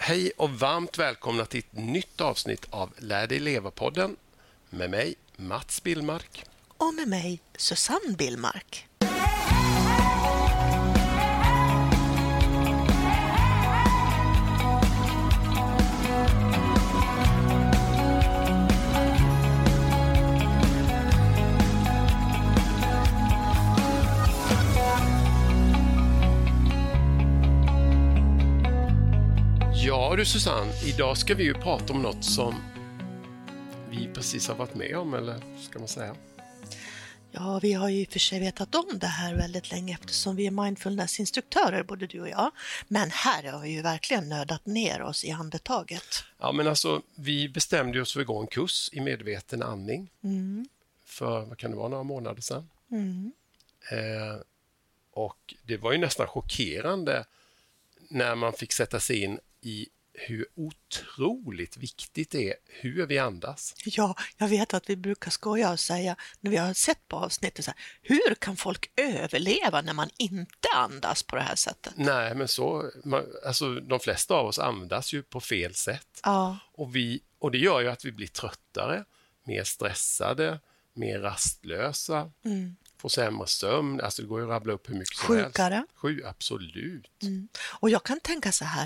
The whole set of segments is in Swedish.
Hej och varmt välkomna till ett nytt avsnitt av Lär dig leva-podden med mig, Mats Billmark. Och med mig, Susanne Billmark. Ja du Susanne, idag ska vi ju prata om något som vi precis har varit med om, eller ska man säga? Ja, vi har ju för sig vetat om det här väldigt länge eftersom vi är mindfulness-instruktörer, både du och jag. Men här har vi ju verkligen nördat ner oss i andetaget. Ja, men alltså vi bestämde oss för att gå en kurs i medveten andning för, vad kan det vara, några månader sedan. Och det var ju nästan chockerande när man fick sätta sig in i hur otroligt viktigt det är hur vi andas. Ja, jag vet att vi brukar skoja och säga när vi har sett på avsnittet så här, hur kan folk överleva när man inte andas på det här sättet? Nej, men alltså de flesta av oss andas ju på fel sätt. Ja. Och det gör ju att vi blir tröttare, mer stressade, mer rastlösa, får sämre sömn. Alltså det går ju att rabbla upp hur mycket som helst. Sjukare. Absolut. Och jag kan tänka så här,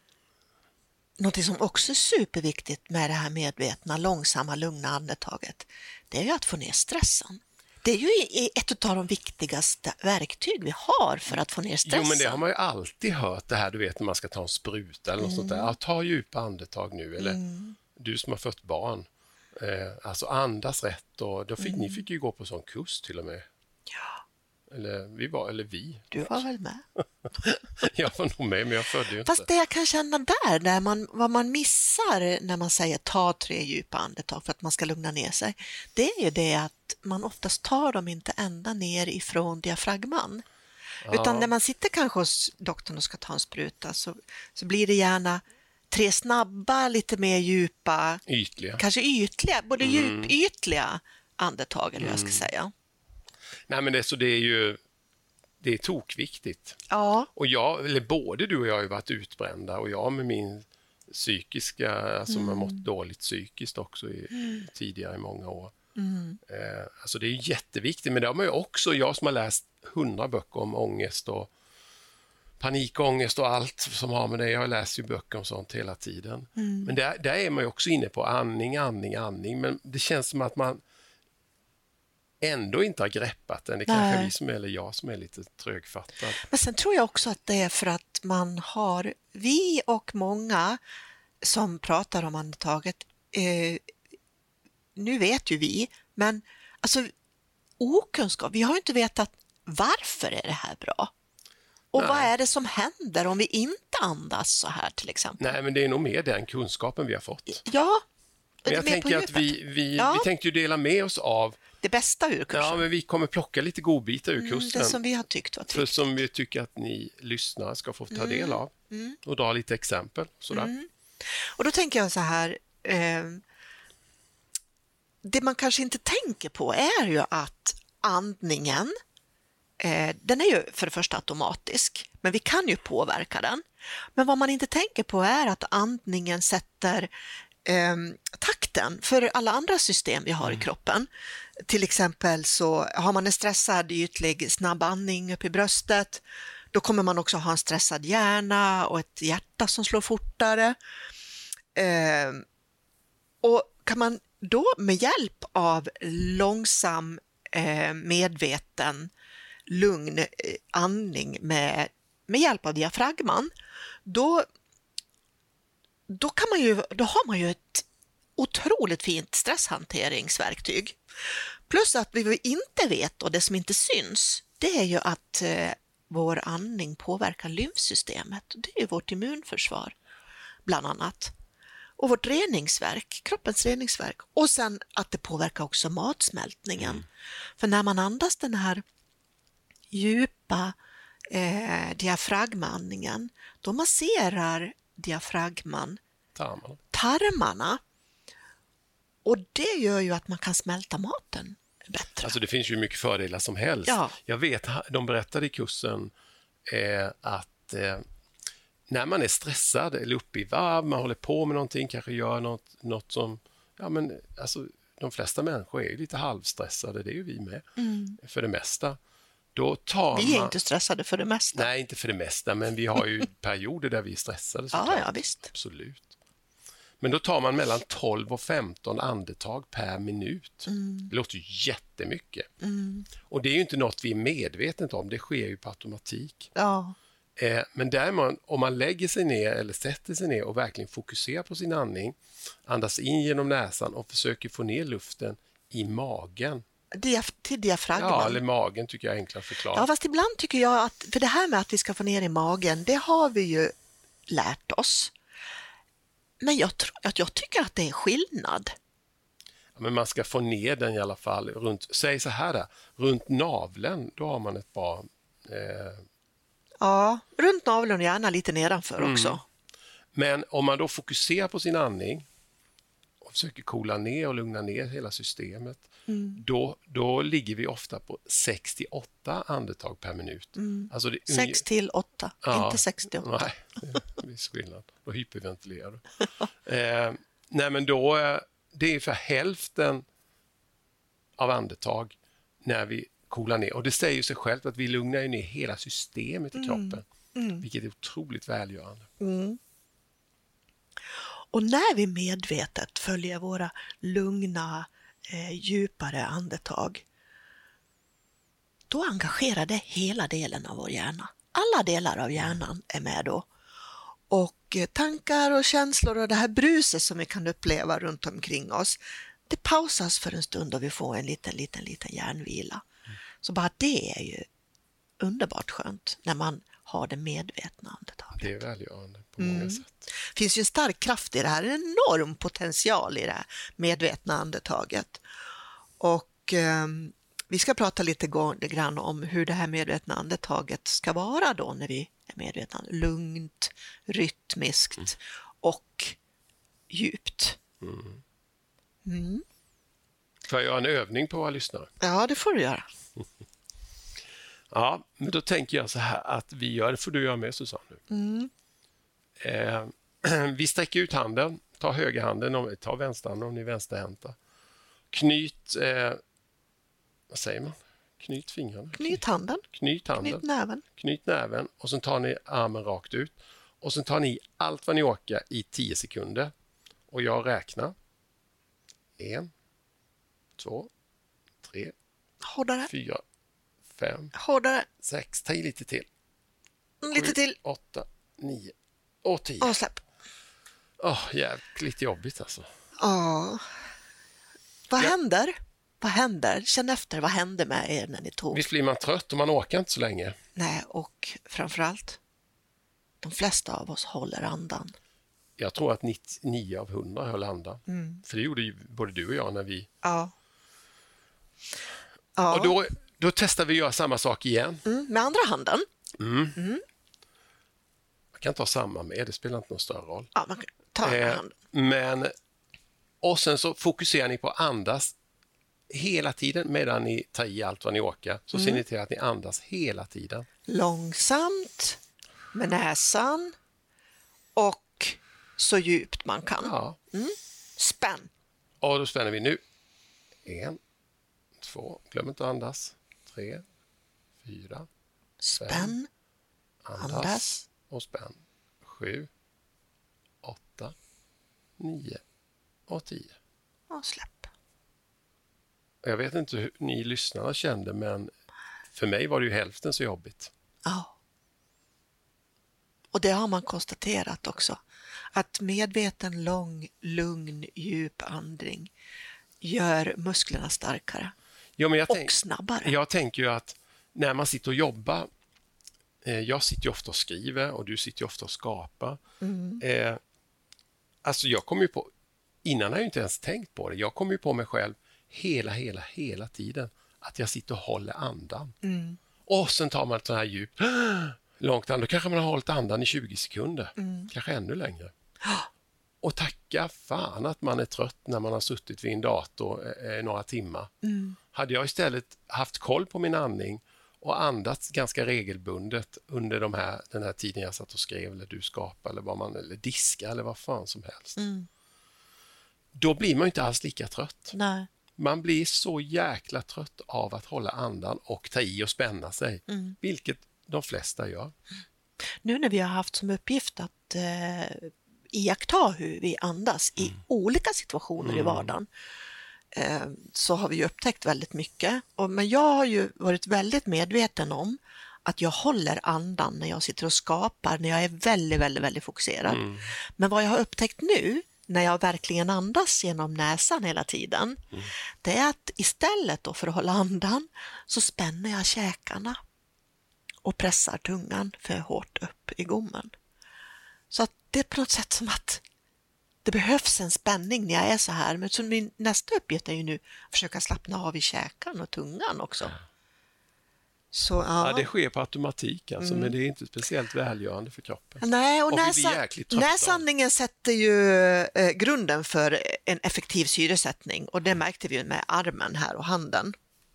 något som också är superviktigt med det här medvetna, långsamma, lugna andetaget, det är ju att få ner stressen. Det är ju ett av de viktigaste verktyg vi har för att få ner stressen. Jo, men det har man ju alltid hört, det här du vet när man ska ta en spruta eller något sånt där. Ja, ta djupa andetag nu, eller du som har fött barn. Alltså andas rätt, och ni fick ju gå på sån kurs till och med. Ja. Eller vi. Du var väl med? Jag var nog med, men jag födde ju inte. Fast det jag kan känna där vad man missar när man säger ta 3 djupa andetag för att man ska lugna ner sig, det är ju det att man oftast tar dem inte ända ner ifrån diafragman. Ja. Utan när man sitter kanske hos doktorn och ska ta en spruta så blir det gärna 3 snabba, lite mer djupa, ytliga. Kanske ytliga, både djupytliga andetag, eller jag ska säga. Nej, men det är tokviktigt. Ja. Och både du och jag har ju varit utbrända, och jag med min psykiska, alltså man mått dåligt psykiskt också tidigare i många år. Alltså det är jätteviktigt, men det har man ju också, jag som har läst 100 böcker om ångest och panikångest och allt som har med det, jag läser ju böcker om sånt hela tiden. Men där är man ju också inne på andning, men det känns som att man ändå inte har greppat den. Det kanske jag som är lite trögfattad. Men sen tror jag också att det är för att vi och många som pratar om andetaget, nu vet ju vi, men alltså okunskap, vi har ju inte vetat varför är det här bra. Och vad är det som händer om vi inte andas så här till exempel? Nej, men det är nog mer den kunskapen vi har fått. Ja. Men jag tänker att vi tänkte ju dela med oss av det bästa ur kursen. Ja, men vi kommer plocka lite godbitar ur kursen. Det som vi har tyckt var för som vi tycker att ni lyssnare ska få ta del av. Och dra lite exempel. Sådär. Och då tänker jag så här, det man kanske inte tänker på är ju att andningen, den är ju för det första automatisk, men vi kan ju påverka den. Men vad man inte tänker på är att andningen sätter takten för alla andra system vi har i kroppen. Till exempel så har man en stressad ytlig snabbandning upp i bröstet, då kommer man också ha en stressad hjärna och ett hjärta som slår fortare. Och kan man då med hjälp av långsam medveten lugn andning med hjälp av diafragman, då har man ju ett otroligt fint stresshanteringsverktyg. Plus att vi inte vet, och det som inte syns, det är ju att vår andning påverkar lymfsystemet. Det är ju vårt immunförsvar bland annat. Och vårt reningsverk, kroppens reningsverk. Och sen att det påverkar också matsmältningen. För när man andas den här djupa diafragmaandningen, då masserar diafragman tarmarna. Och det gör ju att man kan smälta maten bättre. Alltså det finns ju mycket fördelar som helst. Ja. Jag vet, de berättade i kursen att när man är stressad eller uppe i varv, man håller på med någonting, kanske gör något som, ja men alltså de flesta människor är ju lite halvstressade, det är ju vi med för det mesta. Då tar Vi är man, inte stressade för det mesta. nej, inte för det mesta, men vi har ju perioder där vi är stressade såklart. Ja, visst. Absolut. Men då tar man mellan 12 och 15 andetag per minut. Det låter ju jättemycket. Och det är ju inte något vi är medvetet om, det sker ju på automatik. Ja. Men däremot, om man lägger sig ner eller sätter sig ner och verkligen fokuserar på sin andning, andas in genom näsan och försöker få ner luften i magen. Till diafragman. Ja, eller magen tycker jag är enklare att förklara. Ja, fast ibland tycker jag att, för det här med att vi ska få ner i magen, det har vi ju lärt oss. Men jag tycker att det är skillnad. Ja, men man ska få ner den i alla fall runt, säg så här där, runt naveln, då har man ett bra... Ja, runt naveln och gärna lite nedanför också. Men om man då fokuserar på sin andning och försöker coola ner och lugna ner hela systemet, då ligger vi ofta på 68 andetag per minut. Alltså 6 till 8, inte 68. Nej, det är viss skillnad. Då hyperventilerar du. Nej, men då, det är för hälften av andetag när vi coolar ner. Och det säger ju sig självt att vi lugnar ner hela systemet i kroppen, vilket är otroligt välgörande. Och när vi medvetet följer våra lugna, djupare andetag, då engagerar det hela delen av vår hjärna. Alla delar av hjärnan är med då. Och tankar och känslor och det här bruset som vi kan uppleva runt omkring oss, det pausas för en stund och vi får en liten hjärnvila. Så bara det är ju underbart skönt när man har det medvetna andetaget. Det är välgörande på många sätt. Det finns ju en stark kraft i det här, en enorm potential i det här medvetna andetaget. Och vi ska prata lite grann om hur det här medvetna andetaget ska vara då när vi är medvetna. Lugnt, rytmiskt och djupt. Får jag göra en övning på våra lyssnare? Ja, det får du göra. Ja, men då tänker jag så här att vi gör, det får du göra med Susanne nu. Vi sträcker ut handen, ta högerhanden, ta vänsterhanden om ni är vänsterhänta. Knyt, vad säger man? Knyt fingrarna. Knyt handen. Knyt handen. Knyt näven. Knyt näven och sen tar ni armen rakt ut. Och sen tar ni allt vad ni orkar i 10 sekunder. Och jag räknar. 1, 2, 3, Hårdare. 4, 5, Hårdare. 6, ta i lite till. Lite 7, till. 8, 9 och 10. Och släpp. Jävligt jobbigt alltså. Ja. Vad händer? Vad händer? Känn efter, vad hände med er när ni tog? Visst blir man trött och man orkar inte så länge. Nej, och framförallt, de flesta av oss håller andan. Jag tror att 99 av 100 höll andan. För det gjorde ju både du och jag när vi... Ja. Och då testar vi att göra samma sak igen. Med andra handen. Man kan ta samma med, det spelar inte någon större roll. Ja, man kan ta andra handen. Och sen så fokuserar ni på att andas hela tiden medan ni tar i allt vad ni orkar. Så ser ni till att ni andas hela tiden. Långsamt, med näsan och så djupt man kan. Ja. Spänn. Och då spänner vi nu. 1, 2, glöm inte att andas. 3, 4, Spänn. Andas. Och spänn. 7, 8, 9 och 10. Och släpp. Jag vet inte hur ni lyssnarna kände, men för mig var det ju hälften så jobbigt. Ja. Och det har man konstaterat också. Att medveten, lugn, djup andning gör musklerna starkare. Ja, men och snabbare. Jag tänker ju att när man sitter och jobbar, jag sitter ju ofta och skriver och du sitter ju ofta och skapar. Alltså jag kommer ju på, innan har jag inte ens tänkt på det, jag kommer ju på mig själv hela tiden att jag sitter och håller andan. Och sen tar man ett sånt här djupt, långt andan, då kanske man har hållit andan i 20 sekunder, kanske ännu längre. Och tacka fan att man är trött när man har suttit vid en dator några timmar. Hade jag istället haft koll på min andning och andats ganska regelbundet under den här tiden jag satt och skrev eller du skapade eller diska eller vad fan som helst. Då blir man inte alls lika trött. Nej. Man blir så jäkla trött av att hålla andan och ta i och spänna sig, vilket de flesta gör. Nu när vi har haft som uppgift att iaktta hur vi andas i olika situationer i vardagen, så har vi ju upptäckt väldigt mycket. Men jag har ju varit väldigt medveten om att jag håller andan när jag sitter och skapar, när jag är väldigt, väldigt, väldigt fokuserad. Men vad jag har upptäckt nu, när jag verkligen andas genom näsan hela tiden, det är att istället då för att hålla andan så spänner jag käkarna och pressar tungan för hårt upp i gommen. Så att det är på något sätt som att det behövs en spänning när jag är så här. Men så min nästa uppgift är ju nu att försöka slappna av i käkan och tungan också. Så, ja, det sker på automatik alltså, men det är inte speciellt välgörande för kroppen. Nej, och näsandningen sätter ju grunden för en effektiv syresättning, och det märkte vi med armen här och handen.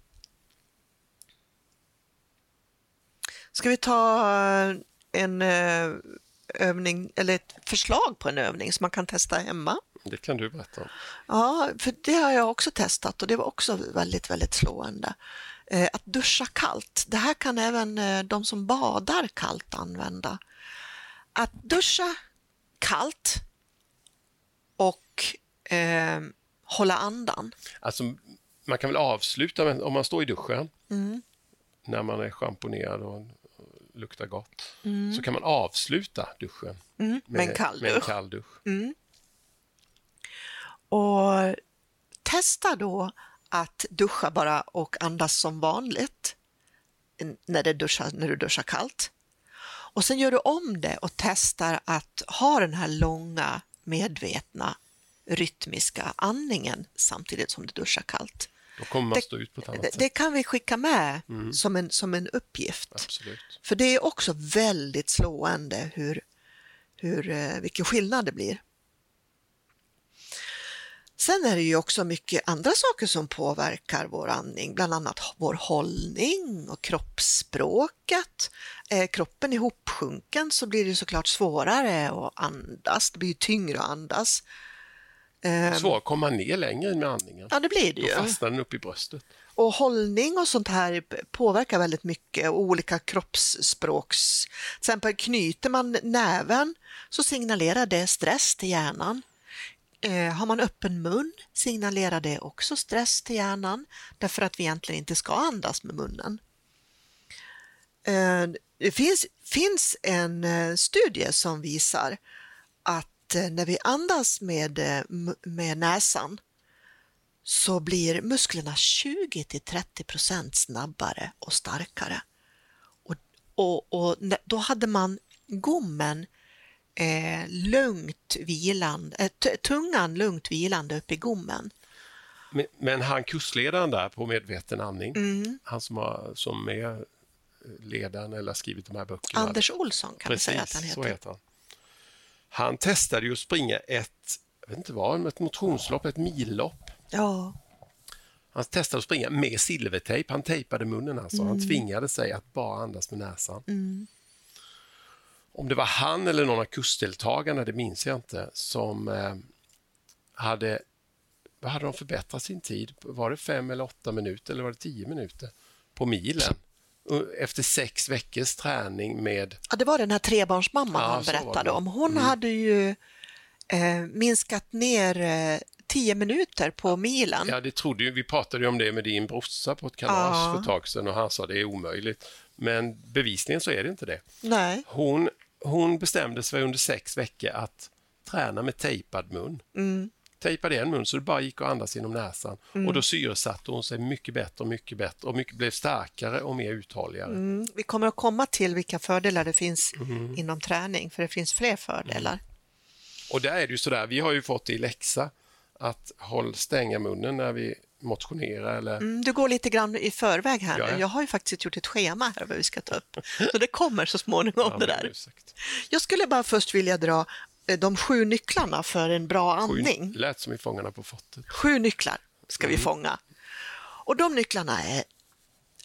Ska vi ta en övning eller ett förslag på en övning som man kan testa hemma? Det kan du berätta om. Ja, för det har jag också testat och det var också väldigt, väldigt slående. Att duscha kallt, det här kan även de som badar kallt använda. Att duscha kallt och hålla andan. Alltså, man kan väl avsluta med, om man står i duschen när man är schamponerad och luktar gott, så kan man avsluta duschen med en kall dusch. Och testa då att duscha bara och andas som vanligt när du duschar kallt. Och sen gör du om det och testar att ha den här långa, medvetna, rytmiska andningen samtidigt som du duschar kallt. Då kommer man stå ut på ett annat sätt. Det kan vi skicka med som en uppgift. Absolut. För det är också väldigt slående vilken skillnad det blir. Sen är det ju också mycket andra saker som påverkar vår andning, bland annat vår hållning och kroppsspråket. Är kroppen ihopsjunken så blir det såklart svårare att andas, det blir tyngre att andas. Svårt att komma ner längre med andningen. Ja, det blir det ju. Då fastnar den upp i bröstet. Och hållning och sånt här påverkar väldigt mycket, och olika kroppsspråks. Till exempel knyter man näven så signalerar det stress till hjärnan. Har man öppen mun signalerar det också stress till hjärnan, därför att vi egentligen inte ska andas med munnen. Det finns en studie som visar att när vi andas med näsan så blir musklerna 20-30% snabbare och starkare. Och då hade man gommen lugnt vilande, tungan lugnt vilande upp i gommen. Men han kursledaren där på medveten andning, han som är ledaren eller skrivit de här böckerna. Anders Olsson kan man säga att han heter. Så heter han. Han testade ju att springa ett motionslopp, ett millopp. Ja. Han testade att springa med silvertejp. Han tejpade munnen alltså. Han tvingade sig att bara andas med näsan. Om det var han eller någon av kursdeltagarna, det minns jag inte, som hade de förbättrat sin tid? Var det 5 eller 8 minuter eller var det 10 minuter på milen? Efter 6 veckors träning med... Ja, det var den här trebarnsmamman han berättade om. Hon hade ju minskat ner 10 minuter på milen. Ja, det trodde ju. Vi pratade ju om det med din brorsa på ett kalas för ett tag sedan och han sa det är omöjligt. Men bevisligen så är det inte det. Nej. Hon bestämde sig under 6 veckor att träna med tejpad mun. Tejpade en mun så det bara gick att andas genom näsan. Och då syresatte hon sig mycket bättre och blev starkare och mer uthålligare. Vi kommer att komma till vilka fördelar det finns inom träning, för det finns fler fördelar. Och där är det ju sådär, vi har ju fått i läxa att stänga munnen när vi motionerar. Eller... Du går lite grann i förväg här. Ja. Jag har ju faktiskt gjort ett schema här vad vi ska ta upp. Så det kommer så småningom det där. Jag skulle bara först vilja dra de 7 nycklarna för en bra andning. Lät som i Fångarna på fortet. 7 nycklar ska vi fånga. Och de nycklarna är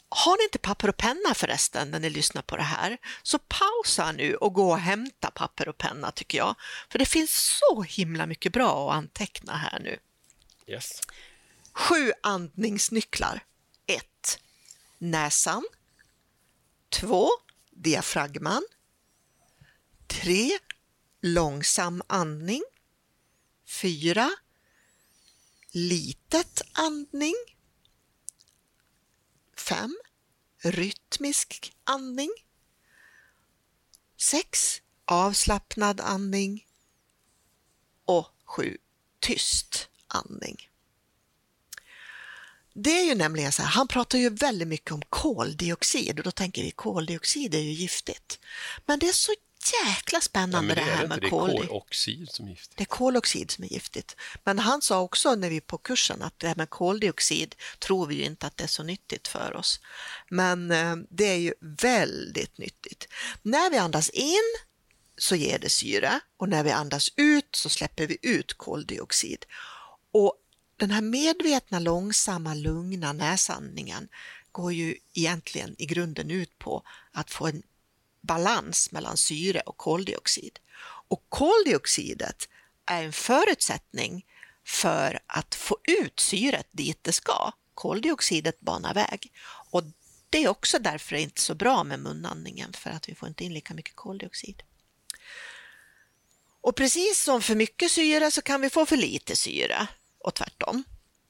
Har ni inte papper och penna förresten när ni lyssnar på det här, så pausa nu och gå och hämta papper och penna tycker jag. För det finns så himla mycket bra att anteckna här nu. Yes. 7 andningsnycklar. 1. Näsan. 2. Diafragman. 3. Långsam andning. 4. Litet andning. 5. Rytmisk andning. 6. Avslappnad andning. Och 7. Tyst andning. Det är ju nämligen så här, han pratar ju väldigt mycket om koldioxid och då tänker vi koldioxid är ju giftigt. Men det är så jäkla spännande det här med koldioxid. Det är koloxid som är giftigt. Det är koloxid som är giftigt. Men han sa också när vi på kursen att det här med koldioxid tror vi ju inte att det är så nyttigt för oss. Men det är ju väldigt nyttigt. När vi andas in så ger det syre och när vi andas ut så släpper vi ut koldioxid. Och den här medvetna, långsamma, lugna näsandningen går ju egentligen i grunden ut på att få en balans mellan syre och koldioxid. Och koldioxidet är en förutsättning för att få ut syret dit det ska. Koldioxidet banar väg. Och det är också därför det är inte så bra med munandningen, för att vi får inte in lika mycket koldioxid. Och precis som för mycket syre så kan vi få för lite syre. Och tvärtom.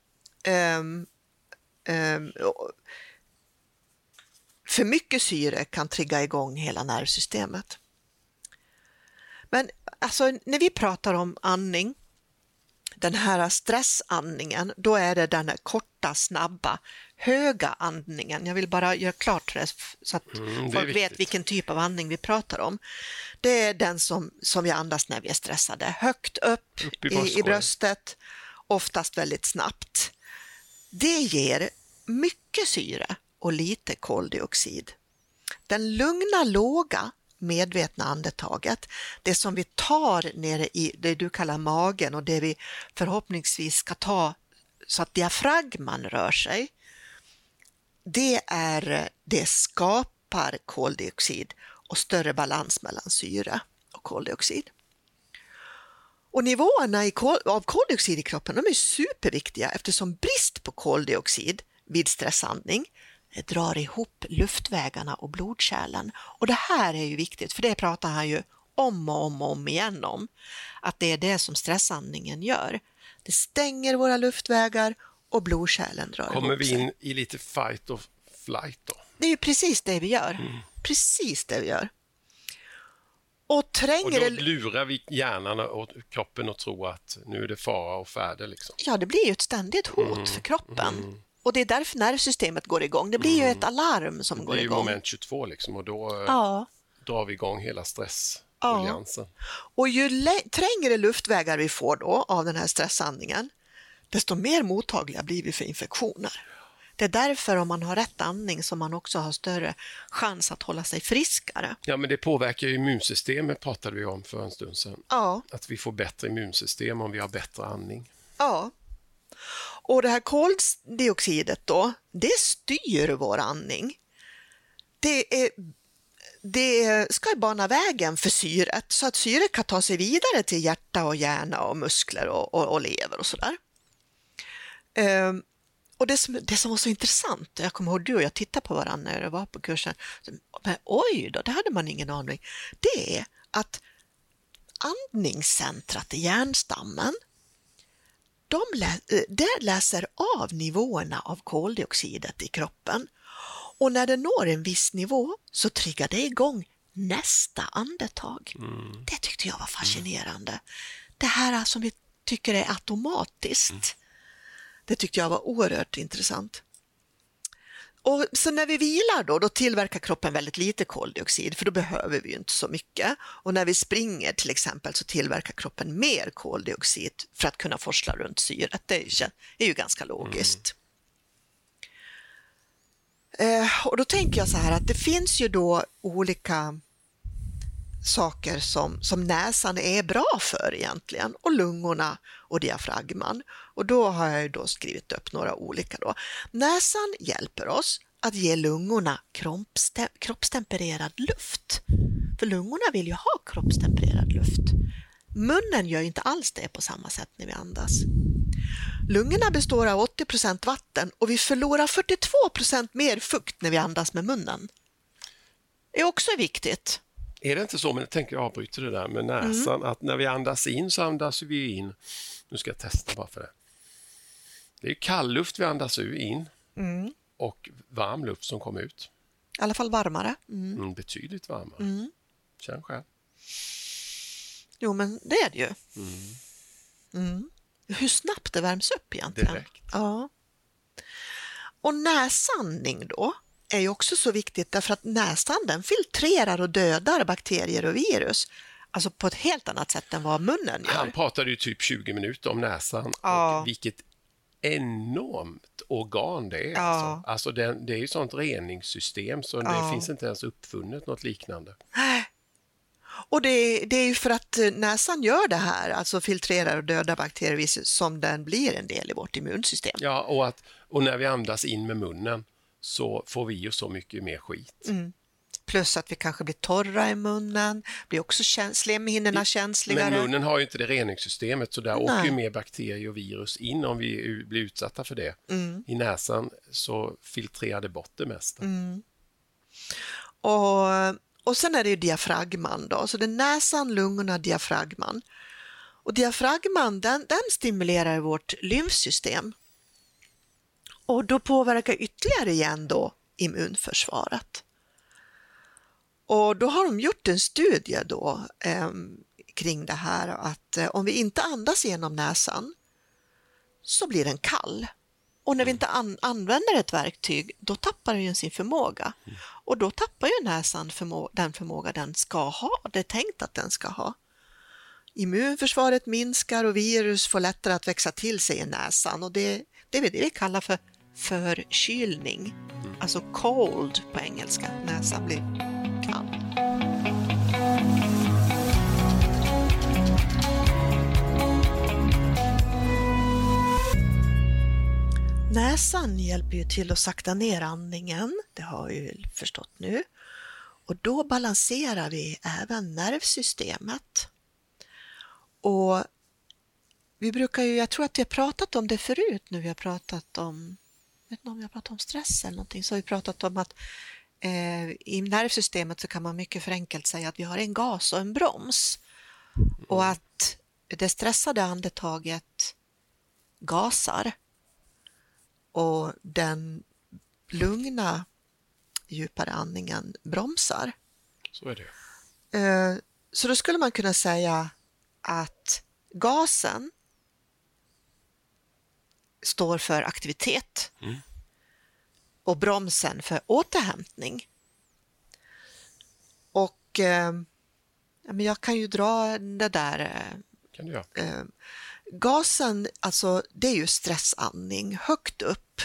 För mycket syre kan trigga igång hela nervsystemet. Men alltså, när vi pratar om andning, den här stressandningen, då är det den här korta, snabba, höga andningen. Jag vill bara göra klart det så att folk vet vilken typ av andning vi pratar om. Det är den som vi andas när vi är stressade. Högt upp i bröstet. Oftast väldigt snabbt. Det ger mycket syre och lite koldioxid. Den lugna, låga, medvetna andetaget, det som vi tar nere i det du kallar magen och det vi förhoppningsvis ska ta så att diafragman rör sig, det skapar koldioxid och större balans mellan syre och koldioxid. Och nivåerna av koldioxid i kroppen, de är superviktiga eftersom brist på koldioxid vid stressandning drar ihop luftvägarna och blodkärlen. Och det här är ju viktigt, för det pratar han ju om igen om. Att det är det som stressandningen gör. Det stänger våra luftvägar och blodkärlen drar ihop sig. Kommer vi in i lite fight or flight då? Det är ju precis det vi gör. Precis det vi gör. Och då lurar vi hjärnan och kroppen och tror att nu är det fara och färde. Liksom. Ja, det blir ju ett ständigt hot för kroppen. Och det är därför nervsystemet går igång. Det blir ju ett alarm som går igång. Det är ju moment 22 liksom, och då drar vi igång hela stressruljansen. Och ju trängre luftvägar vi får då av den här stressandningen, desto mer mottagliga blir vi för infektioner. Det är därför om man har rätt andning som man också har större chans att hålla sig friskare. Ja, men det påverkar ju immunsystemet, pratade vi om för en stund sedan. Ja. Att vi får bättre immunsystem om vi har bättre andning. Ja. Och det här koldioxidet då, det styr vår andning. Det ska bana vägen för syret så att syret kan ta sig vidare till hjärta och hjärna och muskler och lever och sådär. Och det som var så intressant, jag kommer ihåg du och jag tittade på varandra när jag var på kursen, men oj då, det hade man ingen aning. Det är att andningscentrat i hjärnstammen, det läser av nivåerna av koldioxidet i kroppen. Och när det når en viss nivå så triggar det igång nästa andetag. Det tyckte jag var fascinerande. Det här som vi tycker är automatiskt. Det tyckte jag var oerhört intressant. Och så när vi vilar då tillverkar kroppen väldigt lite koldioxid, för då behöver vi ju inte så mycket. Och när vi springer till exempel så tillverkar kroppen mer koldioxid för att kunna forsla runt syret. Det är ju ganska logiskt. Och då tänker jag så här att det finns ju då olika saker som näsan är bra för egentligen, och lungorna och diafragman. Och då har jag ju då skrivit upp några olika då. Näsan hjälper oss att ge lungorna kroppstempererad luft. För lungorna vill ju ha kroppstempererad luft. Munnen gör ju inte alls det på samma sätt när vi andas. Lungorna består av 80% vatten och vi förlorar 42% mer fukt när vi andas med munnen. Det är också viktigt. Är det inte så, men jag tänker jag avbryter det där med näsan, att när vi andas in så andas vi in, nu ska jag testa bara för det. Det är kall luft vi andas in och varm luft som kommer ut. I alla fall varmare. Betydligt varmare. Känn själv. Jo, men det är det ju. Hur snabbt det värms upp egentligen. Direkt. Ja. Och näsandning då är ju också så viktigt därför att näsan den filtrerar och dödar bakterier och virus. Alltså på ett helt annat sätt än vad munnen gör. Han pratade ju typ 20 minuter om näsan och vilket enormt organ det är. Ja. Alltså det är ju ett sånt reningssystem så det finns inte ens uppfunnet något liknande. Och det är ju för att näsan gör det här, alltså filtrerar och dödar bakterier som den blir en del i vårt immunsystem. Ja, och när vi andas in med munnen så får vi ju så mycket mer skit. Plus att vi kanske blir torra i munnen, blir också slemhinnorna känsligare. Men munnen har ju inte det reningssystemet så där åker ju mer bakterier och virus in om vi blir utsatta för det. I näsan så filtrerar det bort det mesta. Och sen är det ju diafragman då, så det är näsan, lungorna, diafragman. Och diafragman den stimulerar vårt lymfsystem. Och då påverkar ytterligare igen då immunförsvaret. Och då har de gjort en studie då kring det här att om vi inte andas genom näsan så blir den kall. Och när vi inte använder ett verktyg då tappar den sin förmåga. Och då tappar ju näsan den förmåga den ska ha, det är tänkt att den ska ha. Immunförsvaret minskar och virus får lättare att växa till sig i näsan och det är det vi kallar för förkylning. Alltså cold på engelska, näsan blir kall. Näsan hjälper ju till att sakta ner andningen, det har vi ju förstått nu. Och då balanserar vi även nervsystemet. Och vi brukar ju, jag tror att vi har pratat om det förut nu, vi har pratat om, jag vet inte om vi har pratat om stress eller någonting, så har vi pratat om att i nervsystemet så kan man mycket förenkelt säga att vi har en gas och en broms. Och att det stressade andetaget gasar och den lugna djupare andningen bromsar. Så är det. Så då skulle man kunna säga att gasen står för aktivitet och bromsen för återhämtning. Och men jag kan ju dra det där. Kan du göra? Gasen, alltså det är ju stressandning, högt upp,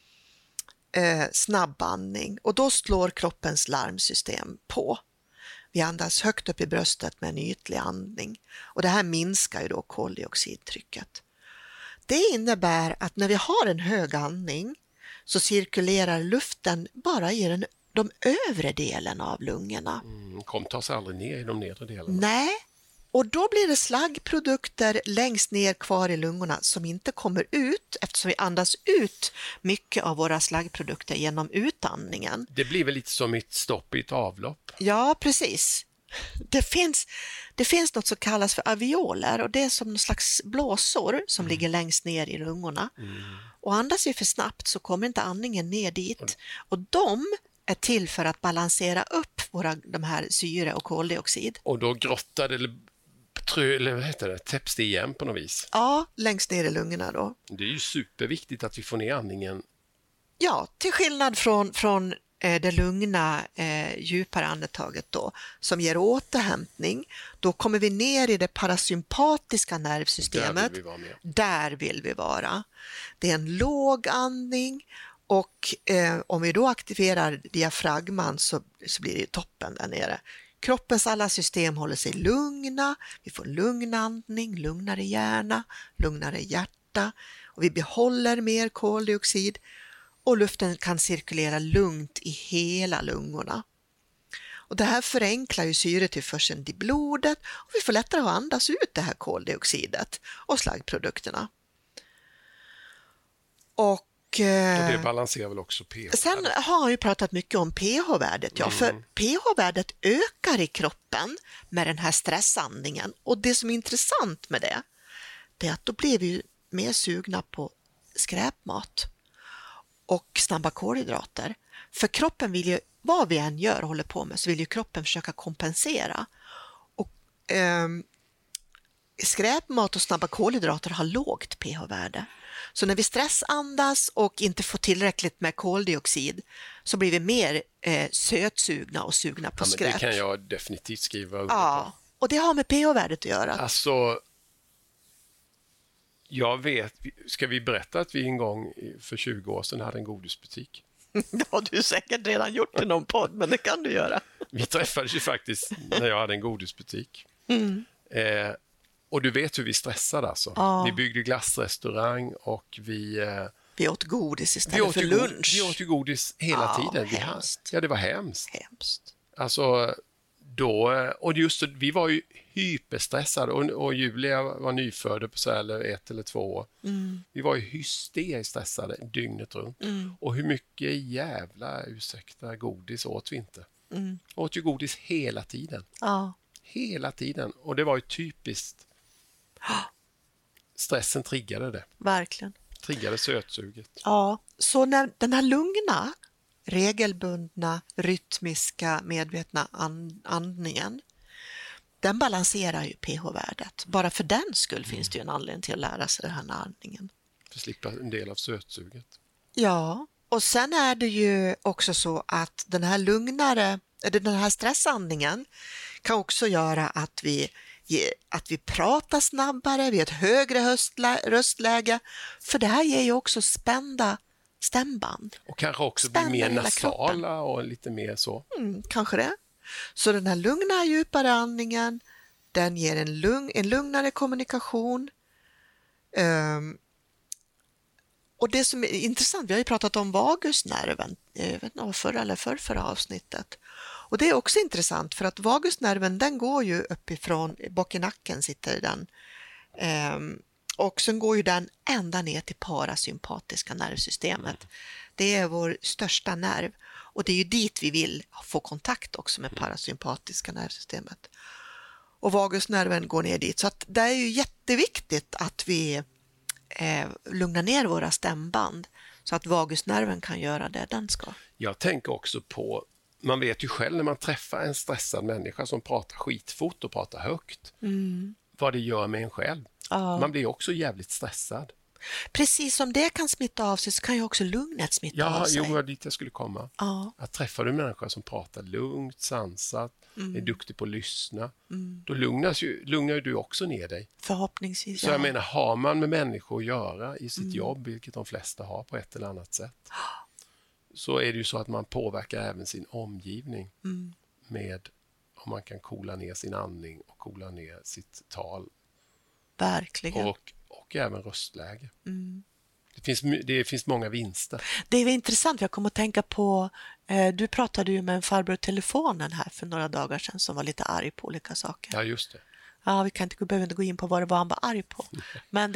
snabbandning och då slår kroppens larmsystem på. Vi andas högt upp i bröstet med en ytlig andning och det här minskar ju då koldioxidtrycket. Det innebär att när vi har en hög andning så cirkulerar luften bara i de övre delen av lungorna. Tar sig aldrig ner i de nedre delarna. Nej, och då blir det slaggprodukter längst ner kvar i lungorna som inte kommer ut eftersom vi andas ut mycket av våra slaggprodukter genom utandningen. Det blir väl lite som ett stopp i ett avlopp? Ja, precis. Det finns något som kallas för alveoler och det är som en slags blåsor som ligger längst ner i lungorna. Och andas vi för snabbt så kommer inte andningen ner dit. Och de är till för att balansera upp de här syre och koldioxid. Och då grottar det eller vad heter det, täpps det igen på något vis? Ja, längst ner i lungorna då. Det är ju superviktigt att vi får ner andningen. Ja, till skillnad från det lugna djupare andetaget då, som ger återhämtning, då kommer vi ner i det parasympatiska nervsystemet. Där vill vi vara. Det är en låg andning och om vi då aktiverar diafragman så blir det toppen där nere. Kroppens alla system håller sig lugna, vi får lugn andning, lugnare hjärna, lugnare hjärta och vi behåller mer koldioxid och luften kan cirkulera lugnt i hela lungorna. Och det här förenklar ju syretillförseln till blodet och vi får lättare att andas ut det här koldioxidet och slaggprodukterna. Och det balanserar väl också pH? Sen har han ju pratat mycket om pH-värdet. Ja, för pH-värdet ökar i kroppen med den här stressandningen. Och det som är intressant med det är att då blir vi ju mer sugna på skräpmat och snabba kolhydrater. För kroppen vill ju, vad vi än gör och håller på med, så vill ju kroppen försöka kompensera. Och skräpmat och snabba kolhydrater har lågt pH-värde. Så när vi stressandas och inte får tillräckligt med koldioxid så blir vi mer sötsugna och sugna på skräp. Det kan jag definitivt skriva under på. Och det har med pH-värdet att göra. Alltså, jag vet, ska vi berätta att vi en gång för 20 år sedan hade en godisbutik? Det har du säkert redan gjort i någon podd, men det kan du göra. Vi träffades ju faktiskt när jag hade en godisbutik. Och du vet hur vi stressade alltså. Ja. Vi byggde glassrestaurang och vi åt godis istället för lunch. Vi åt ju godis hela tiden. Det var hemskt. Alltså, och just vi var ju hyperstressade och Julia var nyfödd på så här 1 eller 2 år. Vi var ju hysteriskt stressade dygnet runt. Och hur mycket jävla, ursäkta, godis åt vi inte. Åt ju godis hela tiden. Ja. Hela tiden. Och det var ju typiskt. Stressen triggade det. Verkligen. Triggade sötsuget. Ja, så när den här lugna, regelbundna, rytmiska, medvetna andningen, den balanserar ju pH-värdet. Bara för den skull finns det ju en anledning till att lära sig den här andningen. För att slippa en del av sötsuget. Ja, och sen är det ju också så att den här stressandningen kan också göra att vi pratar snabbare, vi har ett högre röstläge, för det här ger ju också spända stämband. Och kanske också blir mer nasala och lite mer så. Kanske det. Så den här lugna, djupare andningen, den ger en lugnare kommunikation. Och det som är intressant, vi har ju pratat om vagusnerven, jag vet inte, förra eller förra avsnittet. Och det är också intressant för att vagusnerven, den går ju uppifrån, bak i nacken sitter den. Och sen går ju den ända ner till parasympatiska nervsystemet. Det är vår största nerv och det är ju dit vi vill få kontakt också med parasympatiska nervsystemet. Och vagusnerven går ner dit, så att det är ju jätteviktigt att vi lugnar ner våra stämband så att vagusnerven kan göra det den ska. Jag tänker också på, man vet ju själv när man träffar en stressad människa som pratar skitfort och pratar högt, vad det gör med en själv. Ja. Man blir också jävligt stressad. Precis som det kan smitta av sig så kan ju också lugnet smitta av sig. Ja, det var dit jag skulle komma. Ja. Att träffar du en människa som pratar lugnt, sansat, är duktig på att lyssna, då lugnar du också ner dig. Förhoppningsvis. Så jag menar, har man med människor att göra i sitt jobb, vilket de flesta har på ett eller annat sätt, så är det ju så att man påverkar även sin omgivning med om man kan coola ner sin andning och coola ner sitt tal. Verkligen. Och även röstläge. Det finns många vinster. Det är intressant, jag kommer att tänka på, du pratade ju med en farbror i telefonen här för några dagar sedan som var lite arg på olika saker. Ja, just det. Ja, behöver inte gå in på vad det var han var arg på. Men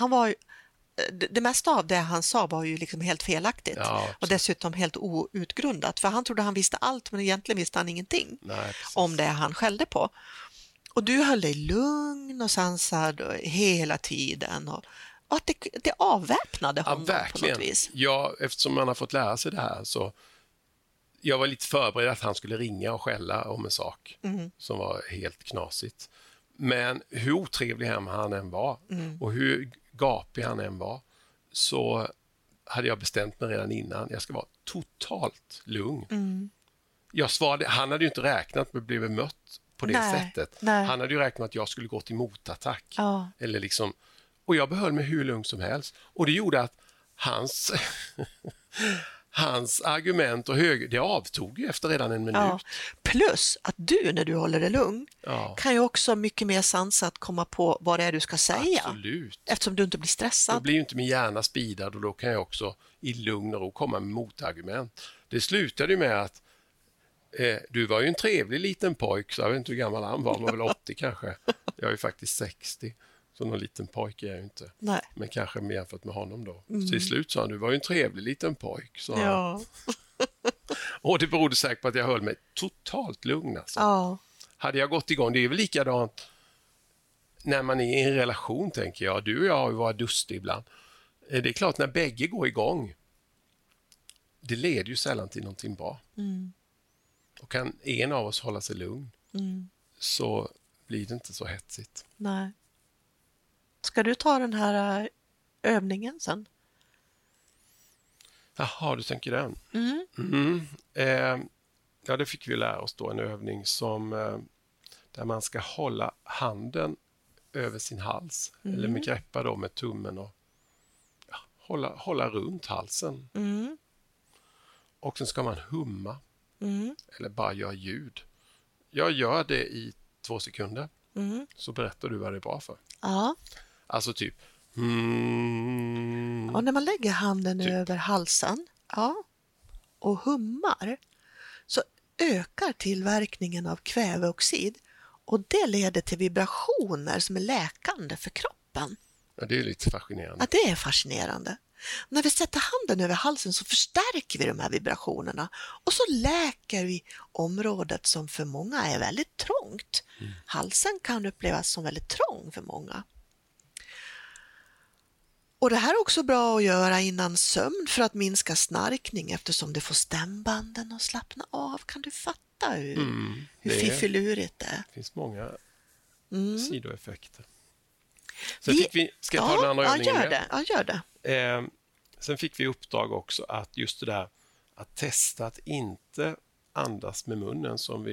det mesta av det han sa var ju liksom helt felaktigt. Ja, och dessutom helt outgrundat. För han trodde han visste allt, men egentligen visste han ingenting. Nej, om det han skällde på. Och du höll dig lugn och sansad hela tiden. Och att det avväpnade honom på något vis. Ja, eftersom man har fått lära sig det här så jag var lite förberedd att han skulle ringa och skälla om en sak som var helt knasigt. Men hur otrevlig han än var och hur gapig han än var, så hade jag bestämt mig redan innan. Jag ska vara totalt lugn. Jag svarade, han hade ju inte räknat med att bli bemött på det sättet. Nej. Han hade ju räknat med att jag skulle gå till motattack. Ja. Eller liksom, och jag behöll mig hur lugn som helst. Och det gjorde att hans argument och det avtog ju efter redan en minut. Ja. Plus att du, när du håller dig lugn, kan ju också mycket mer sansat komma på vad det är du ska säga. Absolut. Eftersom du inte blir stressad. Då blir ju inte min hjärna speedad och då kan jag också i lugn och ro komma med motargument. Det slutade ju med att du var ju en trevlig liten pojk, så jag vet inte hur gammal han var väl 80 kanske. Jag är ju faktiskt 60, så någon liten pojk är jag ju inte. Nej. Men kanske jämfört med honom då. Så i slut sa han, du var ju en trevlig liten pojk. Så Ja. och det berodde säkert på att jag höll mig totalt lugn. Alltså. Ja. Hade jag gått igång, det är väl likadant när man är i en relation, tänker jag. Du och jag har ju varit dustig ibland. Det är klart, när bägge går igång, det leder ju sällan till någonting bra. Och kan en av oss hålla sig lugn så blir det inte så hetsigt. Nej. Ska du ta den här övningen sen? Jaha, du tänker den? Ja, det fick vi lära oss då, en övning som där man ska hålla handen över sin hals, eller med greppa då med tummen och hålla runt halsen. Och sen ska man humma eller bara göra ljud. Jag gör det i 2 sekunder, så berättar du vad det är bra för. Ja. Alltså typ Och när man lägger handen över halsen och hummar, så ökar tillverkningen av kväveoxid, och det leder till vibrationer som är läkande för kroppen. Ja, det är lite fascinerande. Ja, det är fascinerande. När vi sätter handen över halsen så förstärker vi de här vibrationerna, och så läker vi området som för många är väldigt trångt. Halsen kan upplevas som väldigt trång för många. Och det här är också bra att göra innan sömn för att minska snarkning, eftersom det får stämbanden att slappna av. Kan du fatta hur fiffilurigt det är? Det finns många sidoeffekter. Sen fick vi, ska jag ta den andra övningen? Gör det. Sen fick vi uppdrag också att just det där att testa att inte andas med munnen, som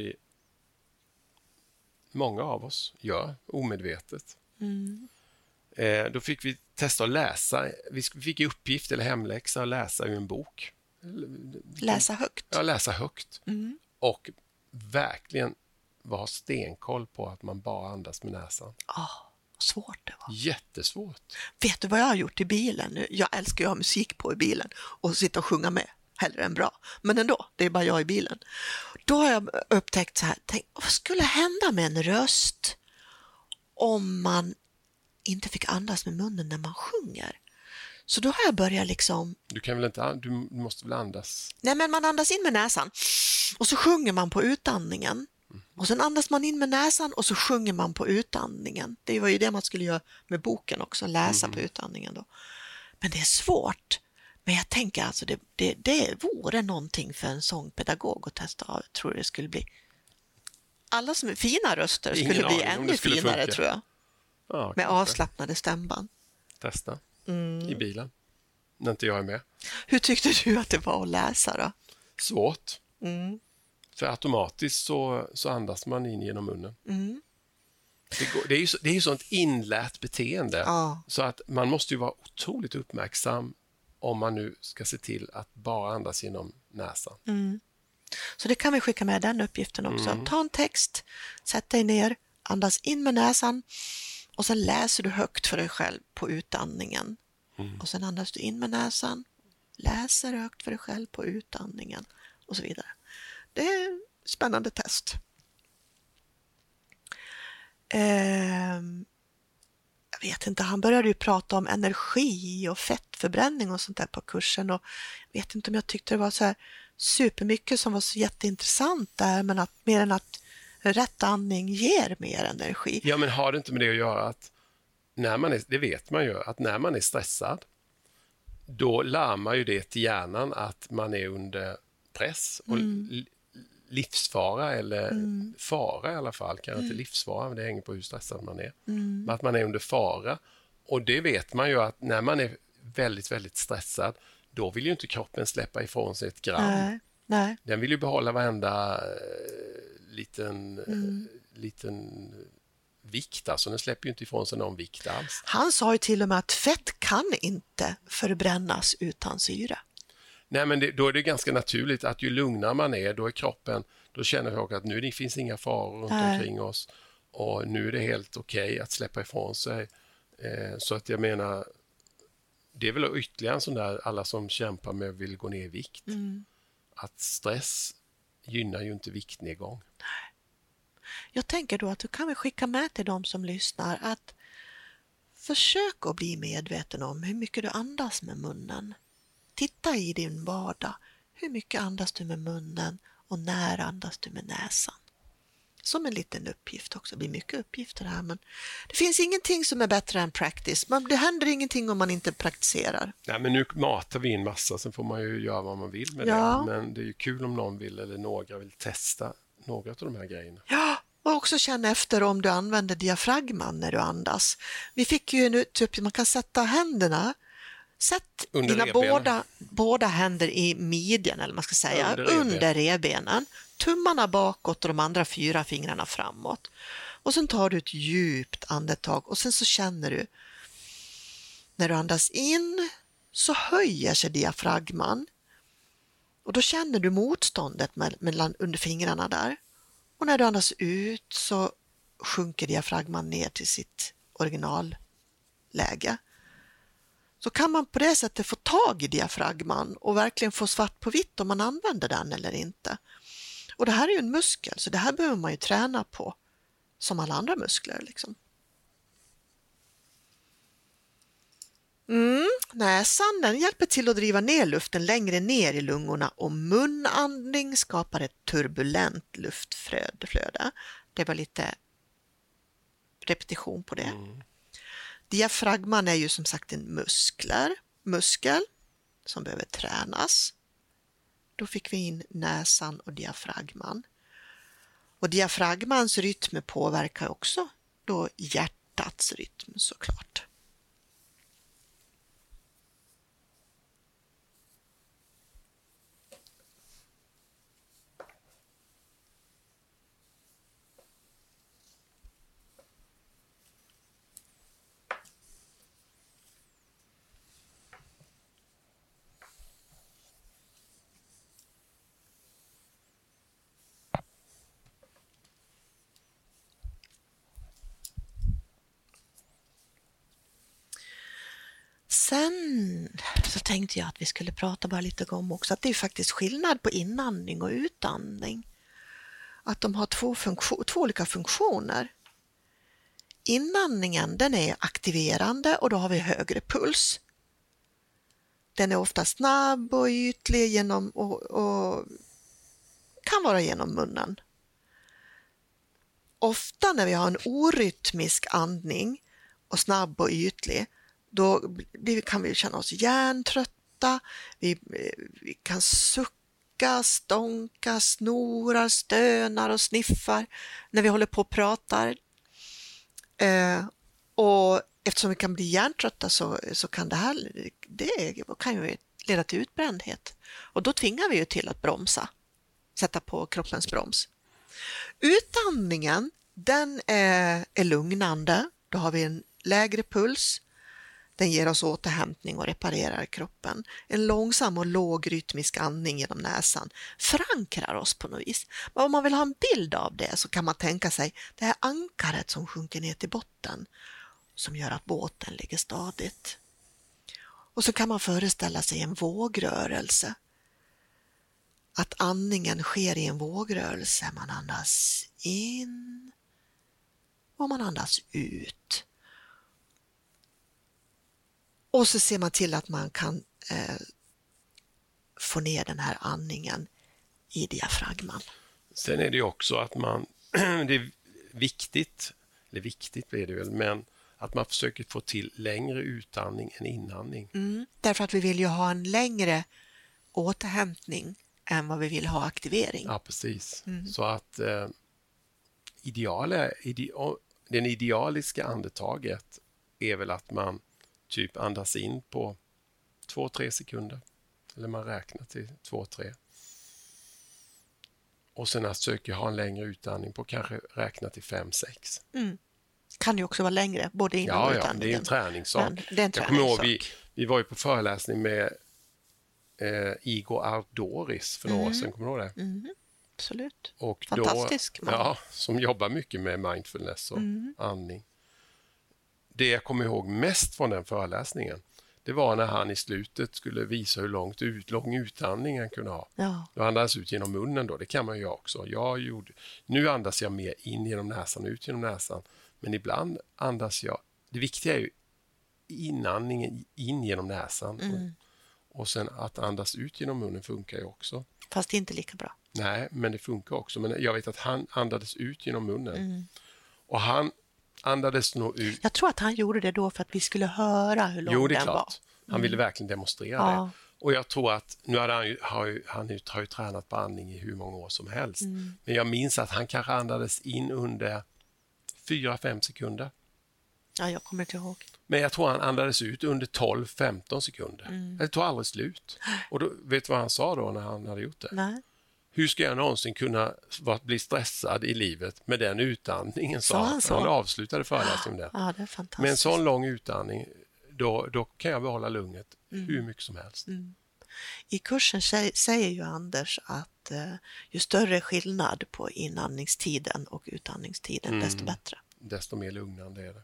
många av oss gör omedvetet. Då fick vi testa att läsa. Vi fick i uppgift eller hemläxa att läsa ur en bok. Läsa högt. Ja, läsa högt. Och verkligen vara stenkoll på att man bara andas med näsan. Svårt det var. Jättesvårt. Vet du vad jag har gjort i bilen nu? Jag älskar att ha musik på i bilen och sitta och sjunga med. Hellre än bra. Men ändå, det är bara jag i bilen. Då har jag upptäckt så här, vad skulle hända med en röst om man inte fick andas med munnen när man sjunger? Så då har jag börjat liksom... Du måste väl andas? Nej, men man andas in med näsan och så sjunger man på utandningen. Och sen andas man in med näsan och så sjunger man på utandningen. Det var ju det man skulle göra med boken också, läsa på utandningen då. Men det är svårt. Men jag tänker alltså, det vore någonting för en sångpedagog att testa av. Jag tror det skulle bli... Alla som är fina röster skulle bli ännu finare, tror jag. Ja, med avslappnade stämband. Testa i bilen, när inte jag är med. Hur tyckte du att det var att läsa då? Svårt. För automatiskt så andas man in genom munnen. Det är ju sånt inlärt beteende. Så att man måste ju vara otroligt uppmärksam om man nu ska se till att bara andas genom näsan. Så det kan vi skicka med den uppgiften också. Ta en text, sätt dig ner, andas in med näsan och sen läser du högt för dig själv på utandningen. Och sen andas du in med näsan, läser högt för dig själv på utandningen och så vidare. Det är ett spännande test. Jag vet inte, han började ju prata om energi och fettförbränning och sånt där på kursen, och jag vet inte om jag tyckte det var så här supermycket som var så jätteintressant där, men att mer än att rätt andning ger mer energi. Ja, men har det inte med det att göra att det vet man ju, att när man är stressad, då larmar ju det till hjärnan att man är under press och livsfara, eller fara i alla fall, kanske inte livsfara, men det hänger på hur stressad man är. Men att man är under fara, och det vet man ju att när man är väldigt, väldigt stressad, då vill ju inte kroppen släppa ifrån sig ett gram. Nej. Den vill ju behålla varenda liten vikt, alltså den släpper ju inte ifrån sig någon vikt alls. Han sa ju till och med att fett kan inte förbrännas utan syre. Nej, men då är det ganska naturligt att ju lugnare man är, då är kroppen, då känner folk att nu det finns inga faror runt omkring oss och nu är det helt okej att släppa ifrån sig. Så att jag menar, det är väl ytterligare en sån där, alla som kämpar med vill gå ner i vikt. Att stress gynnar ju inte viktnedgång. Jag tänker då att du kan väl skicka med till de som lyssnar att försök att bli medveten om hur mycket du andas med munnen. Titta i din vardag. Hur mycket andas du med munnen och när andas du med näsan? Som en liten uppgift också. Det blir mycket uppgifter här, men det finns ingenting som är bättre än practice. Det händer ingenting om man inte praktiserar. Nej, men nu matar vi in massa, sen får man ju göra vad man vill med det. Men det är ju kul om någon vill eller några vill testa några av de här grejerna. Ja, och också känna efter om du använder diafragman när du andas. Vi fick ju nu typ, man kan sätta händerna. Sätt dina båda händer i midjan, eller man ska säga, under revbenen. Tummarna bakåt och de andra 4 fingrarna framåt. Och sen tar du ett djupt andetag och sen så känner du, när du andas in så höjer sig diafragman. Och då känner du motståndet mellan under fingrarna där. Och när du andas ut så sjunker diafragman ner till sitt originalläge. Så kan man på det sättet få tag i diafragman och verkligen få svart på vitt om man använder den eller inte. Och det här är ju en muskel, så det här behöver man ju träna på som alla andra muskler. Liksom. Näsan, den hjälper till att driva ner luften längre ner i lungorna och munandning skapar ett turbulent luftflöde. Det var lite repetition på det. Diafragman är ju som sagt en muskel som behöver tränas. Då fick vi in näsan och diafragman. Och diafragmans rytm påverkar också då hjärtats rytm såklart. Sen så tänkte jag att vi skulle prata bara lite om också att det är faktiskt skillnad på inandning och utandning. Att de har två olika funktioner. Inandningen, den är aktiverande och då har vi högre puls. Den är ofta snabb och ytlig och kan vara genom munnen. Ofta när vi har en orytmisk andning och snabb och ytlig, då kan vi känna oss hjärntrötta, vi kan sucka, stånka, snorar, stönar och sniffar när vi håller på och pratar. Och eftersom vi kan bli hjärntrötta så kan det kan ju leda till utbrändhet. Och då tvingar vi ju till att bromsa, sätta på kroppens broms. Utandningen, den är lugnande, då har vi en lägre puls. Den ger oss återhämtning och reparerar kroppen. En långsam och låg rytmisk andning genom näsan förankrar oss på något vis. Men om man vill ha en bild av det så kan man tänka sig det här ankaret som sjunker ner till botten som gör att båten ligger stadigt. Och så kan man föreställa sig en vågrörelse. Att andningen sker i en vågrörelse. Man andas in och man andas ut. Och så ser man till att man kan få ner den här andningen i diafragman. Sen är det också att det är viktigt är det väl, men att man försöker få till längre utandning än inandning. Därför att vi vill ju ha en längre återhämtning än vad vi vill ha aktivering. Ja, precis. Så att den idealiska andetaget är väl att man typ andas in på 2-3 sekunder. Eller man räknar till 2-3. Och sen att söka ha en längre utandning på kanske räkna till 5-6. Kan ju också vara längre, både innan och utandningen. Ja, det är en träningssak. Jag kommer ihåg, vi var ju på föreläsning med Igor Ardoris för några år sedan, kommer du ihåg det? Absolut. Och Fantastisk man. Ja, som jobbar mycket med mindfulness och andning. Det jag kommer ihåg mest från den föreläsningen, det var när han i slutet skulle visa hur lång utandning han kunde ha. Ja. Då andades ut genom munnen då, det kan man ju också. Nu andas jag mer in genom näsan och ut genom näsan. Men ibland andas jag, det viktiga är ju inandningen in genom näsan. Och sen att andas ut genom munnen funkar ju också. Fast inte lika bra. Nej, men det funkar också. Men jag vet att han andades ut genom munnen. Och han andades nog ut. Jag tror att han gjorde det då för att vi skulle höra hur lång det är den var. klart. Han ville verkligen demonstrera det. Och jag tror att, nu hade han har ju tränat på andning i hur många år som helst. Men jag minns att han kanske andades in under 4-5 sekunder. Ja, jag kommer inte ihåg. Men jag tror han andades ut under 12-15 sekunder. Det tog aldrig slut. Och då, vet du vad han sa då när han hade gjort det? Nej. Hur ska jag någonsin kunna bli stressad i livet med den utandningen? Han avslutade föreläsningen där. Ja, det är fantastiskt. Med en sån lång utandning, då kan jag behålla lugnet hur mycket som helst. I kursen säger ju Anders att ju större skillnad på inandningstiden och utandningstiden, desto bättre. Desto mer lugnande är det.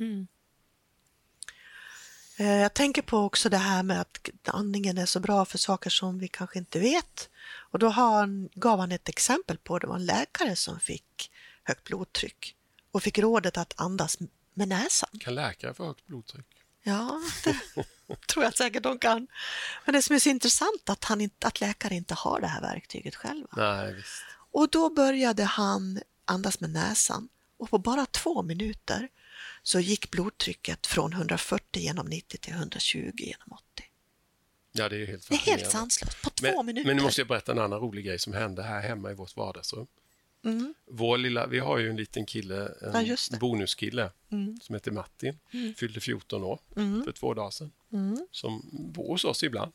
Jag tänker på också det här med att andningen är så bra för saker som vi kanske inte vet. Och då gav han ett exempel på det var en läkare som fick högt blodtryck och fick rådet att andas med näsan. Kan läkare få högt blodtryck? Ja, det tror jag säkert de kan. Men det som är så intressant att läkare inte har det här verktyget själva. Nej, visst. Och då började han andas med näsan och på bara 2 minuter så gick blodtrycket från 140 genom 90 till 120 genom 80. Ja, det är helt Det är helt sanslöst, på 2 minuter. Men nu måste jag berätta en annan rolig grej som hände här hemma i vårt vardagsrum. Vi har ju en liten kille, en bonuskille som heter Martin, fyllde 14 år för 2 dagar sedan, som bor hos oss ibland.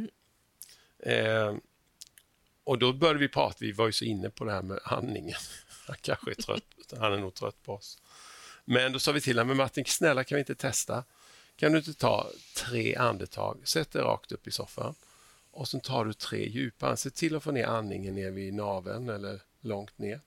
Och då började vi prata, vi var ju så inne på det här med andningen. Han kanske är trött, han är nog trött på oss. Men då sa vi till honom, Martin, snälla kan vi inte testa? Kan du inte ta 3 andetag, sätt dig rakt upp i soffan och sen tar du 3 djupa. Se till att få ner andningen ner vid naveln eller långt ner.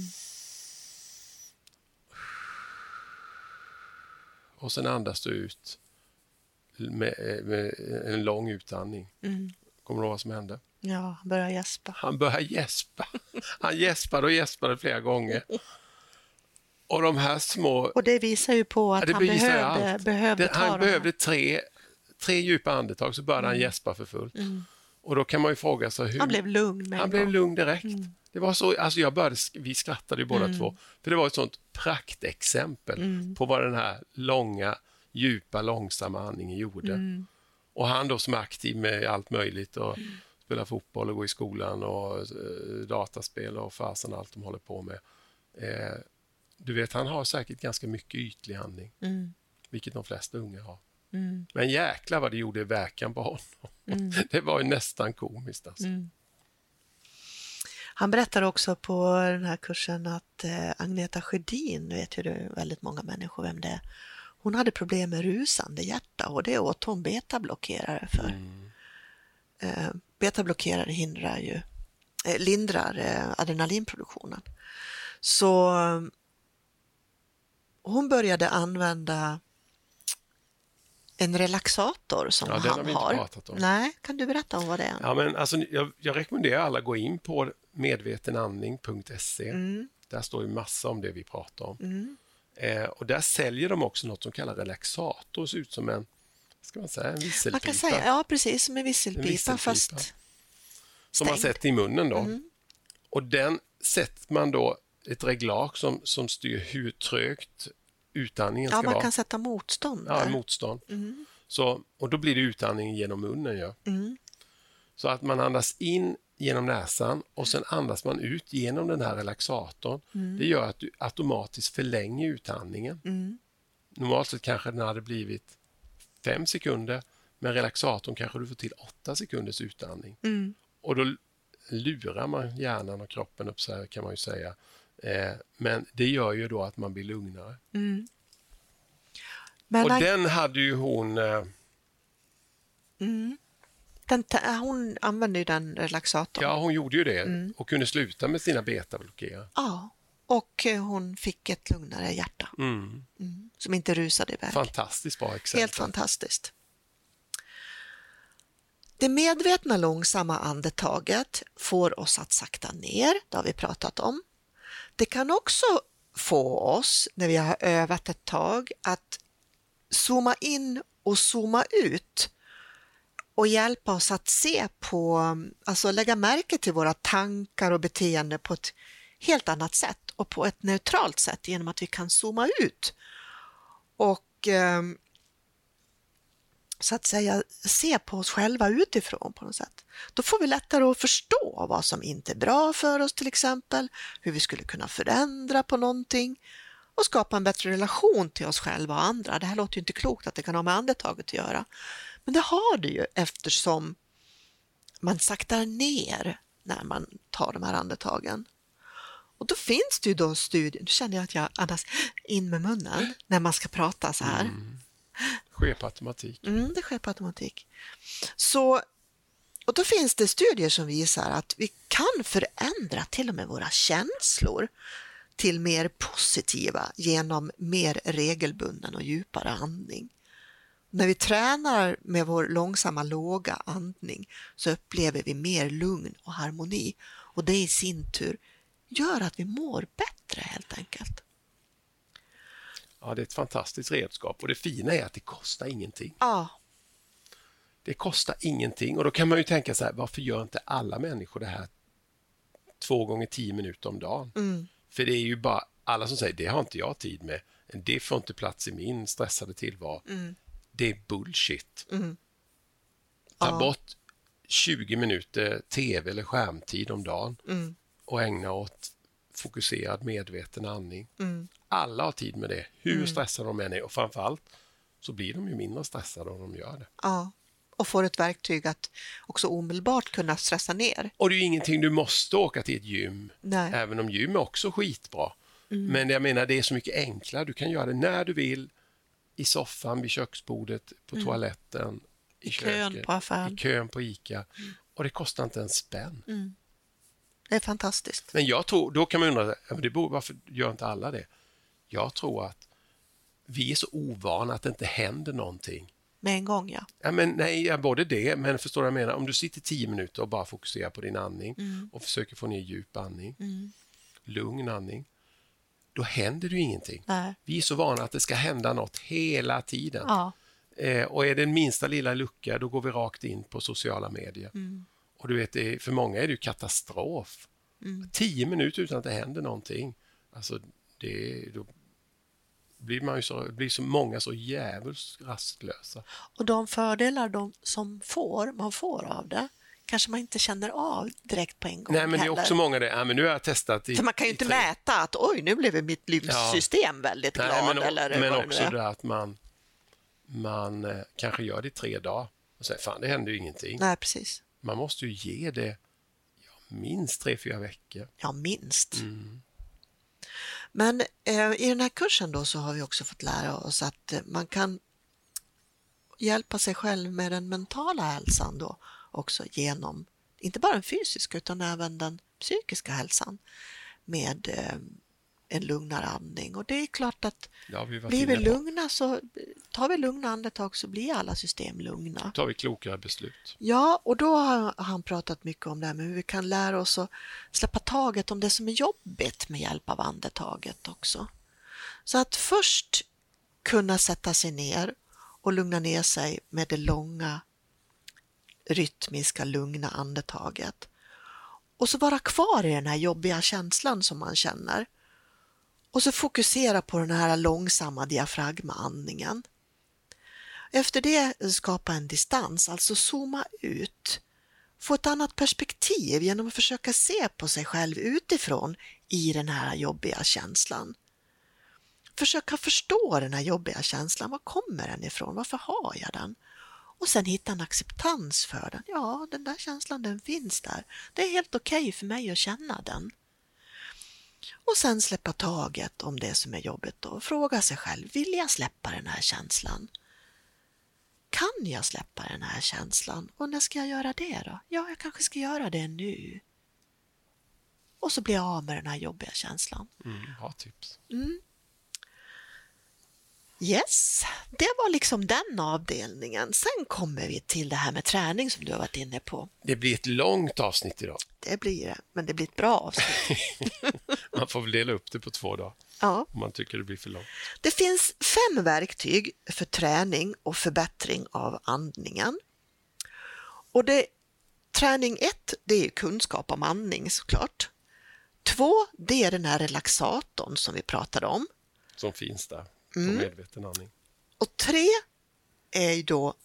Och sen andas du ut med en lång utandning. Kommer du ihåg vad som hände? Ja, han började gäspa. Han gäspade flera gånger. Och de här små... Och det visar ju på att han behövde ta Han behövde 3 djupa andetag, så började han gäspa för fullt. Och då kan man ju fråga sig hur... Han blev lugn med Han blev lugn direkt. Det var så, alltså vi skrattade ju båda två. För det var ett sånt praktexempel på vad den här långa, djupa, långsamma andningen gjorde. Och han då som är aktiv med allt möjligt och spela fotboll och gå i skolan och dataspel och fasen allt de håller på med. Du vet, han har säkert ganska mycket ytlig andning. Vilket de flesta unga har. Men jäklar vad det gjorde verkan på honom. Det var ju nästan komiskt alltså. Han berättar också på den här kursen att Agneta Sjödin, vet ju du väldigt många människor vem det är. Hon hade problem med rusande hjärta och det åt hon betablockerare för. Betablockerare lindrar adrenalinproduktionen. Så hon började använda en relaxator som han har. Den har vi inte pratat om. Nej, kan du berätta om vad det är? Ja, men alltså, jag rekommenderar alla att gå in på medvetenandning.se. Där står ju massa om det vi pratar om. Och där säljer de också något som kallas relaxator. Ser ut som en, ska man säga, en visselpipa. Man kan säga, ja precis, som en visselpipa. Fast som man sätter i munnen då. Och den sätter man då ett reglage som styr hur trögt utandningen ska vara. Ja, man kan sätta motstånd. Ja, motstånd. Så, och då blir det utandning genom munnen. Ja. Så att man andas in genom näsan och sen andas man ut genom den här relaxatorn. Det gör att du automatiskt förlänger utandningen. Normalt sett kanske den hade blivit 5 sekunder, men relaxatorn kanske du får till 8 sekunders utandning. Och då lurar man hjärnan och kroppen upp så här, kan man ju säga. Men det gör ju då att man blir lugnare. Och den hade ju hon... Hon använde ju den relaxatorn. Ja, hon gjorde ju det och kunde sluta med sina betablockerare. Ja, och hon fick ett lugnare hjärta som inte rusade iväg. Fantastiskt bra exempel. Helt fantastiskt. Det medvetna långsamma andetaget får oss att sakta ner, det har vi pratat om. Det kan också få oss, när vi har övat ett tag, att zooma in och zooma ut och hjälpa oss att se på, alltså lägga märke till våra tankar och beteende på ett helt annat sätt och på ett neutralt sätt genom att vi kan zooma ut och så att säga se på oss själva utifrån på något sätt. Då får vi lättare att förstå vad som inte är bra för oss till exempel, hur vi skulle kunna förändra på någonting och skapa en bättre relation till oss själva och andra. Det här låter ju inte klokt att det kan ha med andetaget att göra. Men det har det ju eftersom man saktar ner när man tar de här andetagen. Och då finns det ju då studier, nu känner jag att jag andas in med munnen när man ska prata så här. Sker på automatik. Det sker på automatik. Så, och då finns det studier som visar att vi kan förändra till och med våra känslor till mer positiva genom mer regelbunden och djupare andning. När vi tränar med vår långsamma låga andning så upplever vi mer lugn och harmoni och det i sin tur gör att vi mår bättre helt enkelt. Ja, det är ett fantastiskt redskap och det fina är att det kostar ingenting. Ja. Det kostar ingenting och då kan man ju tänka så här, varför gör inte alla människor det här 2 gånger 10 minuter om dagen? För det är ju bara alla som säger, det har inte jag tid med. Det får inte plats i min stressade tillvaro. Det är bullshit. Ta bort 20 minuter tv eller skärmtid om dagen och ägna åt fokuserad medveten andning. Alla har tid med det, hur stressade de än är och framförallt så blir de ju mindre stressade om de gör det. Ja, och får ett verktyg att också omedelbart kunna stressa ner. Och det är ju ingenting du måste åka till ett gym, Nej. även om gym är också skitbra. Men jag menar det är så mycket enklare, du kan göra det när du vill, i soffan, vid köksbordet, på toaletten, i kön köket, på affären. i kön på ICA. Och det kostar inte en spänn. Det är fantastiskt. Men jag tror, då kan man undra, varför gör inte alla det? Jag tror att vi är så ovana att det inte händer någonting. Med en gång, ja. Ja, men nej, både det, men förstår du vad jag menar? Om du sitter 10 minuter och bara fokuserar på din andning och försöker få ner djup andning, lugn andning, då händer det ju ingenting. Nej. Vi är så vana att det ska hända något hela tiden. Ja. Och är det en minsta lilla lucka, då går vi rakt in på sociala medier. Och du vet, för många är det ju katastrof. 10 minuter utan att det händer någonting. Alltså, då blir så många så jävligt rastlösa. Och de fördelar man får av det kanske man inte känner av direkt på en gång. Nej, men det är också många det. Ja, men nu har jag testat för man kan ju inte mäta att oj, nu blev mitt livssystem väldigt glad. Men också det att man kanske gör det i 3 dagar och säger fan, det händer ju ingenting. Nej, precis. Man måste ju ge det minst 3-4 veckor. Ja, minst. Men i den här kursen då så har vi också fått lära oss att man kan hjälpa sig själv med den mentala hälsan då också genom, inte bara den fysiska utan även den psykiska hälsan med en lugnare andning. Och det är klart att blir vi lugna så tar vi lugna andetag så blir alla system lugna. Då tar vi klokare beslut. Ja, och då har han pratat mycket om det här med hur vi kan lära oss att släppa taget om det som är jobbigt med hjälp av andetaget också. Så att först kunna sätta sig ner och lugna ner sig med det långa rytmiska lugna andetaget. Och så vara kvar i den här jobbiga känslan som man känner. Och så fokusera på den här långsamma diafragmaandningen. Efter det skapa en distans, alltså zooma ut. Få ett annat perspektiv genom att försöka se på sig själv utifrån i den här jobbiga känslan. Försöka förstå den här jobbiga känslan. Var kommer den ifrån? Varför har jag den? Och sen hitta en acceptans för den. Ja, den där känslan, den finns där. Det är helt okej för mig att känna den. Och sen släppa taget om det som är jobbigt och fråga sig själv, vill jag släppa den här känslan? Kan kan jag släppa den här känslan? Och när ska jag göra det då? Ja, jag kanske ska göra det nu. Och så blir jag av med den här jobbiga känslan. Bra tips. Yes, det var liksom den avdelningen. Sen kommer vi till det här med träning som du har varit inne på. Det blir ett långt avsnitt idag. Det blir det, men det blir ett bra avsnitt. Man får väl dela upp det på 2 dagar. Ja. Om man tycker det blir för långt. Det finns 5 verktyg för träning och förbättring av andningen. Och träning 1, det är kunskap om andning såklart. 2, det är den här relaxatorn som vi pratade om. Som finns där på medveten andning. Och 3 är ju då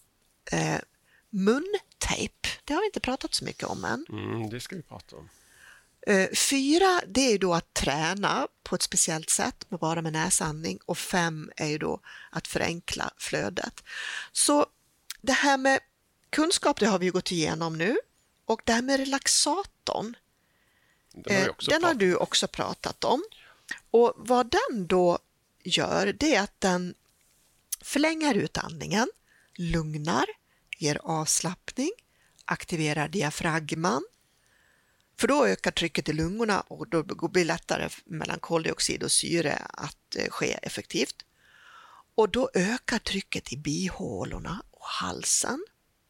muntejp. Det har vi inte pratat så mycket om än. Det ska vi prata om. 4, det är ju då att träna på ett speciellt sätt, bara med näsandning. Och 5 är ju då att förenkla flödet. Så det här med kunskap, det har vi ju gått igenom nu. Och det här med relaxatorn, den har du också pratat om. Och vad den då gör, det är att den förlänger utandningen, lugnar, ger avslappning, aktiverar diafragman. För då ökar trycket i lungorna och då blir det lättare mellan koldioxid och syre att ske effektivt. Och då ökar trycket i bihålorna och halsen.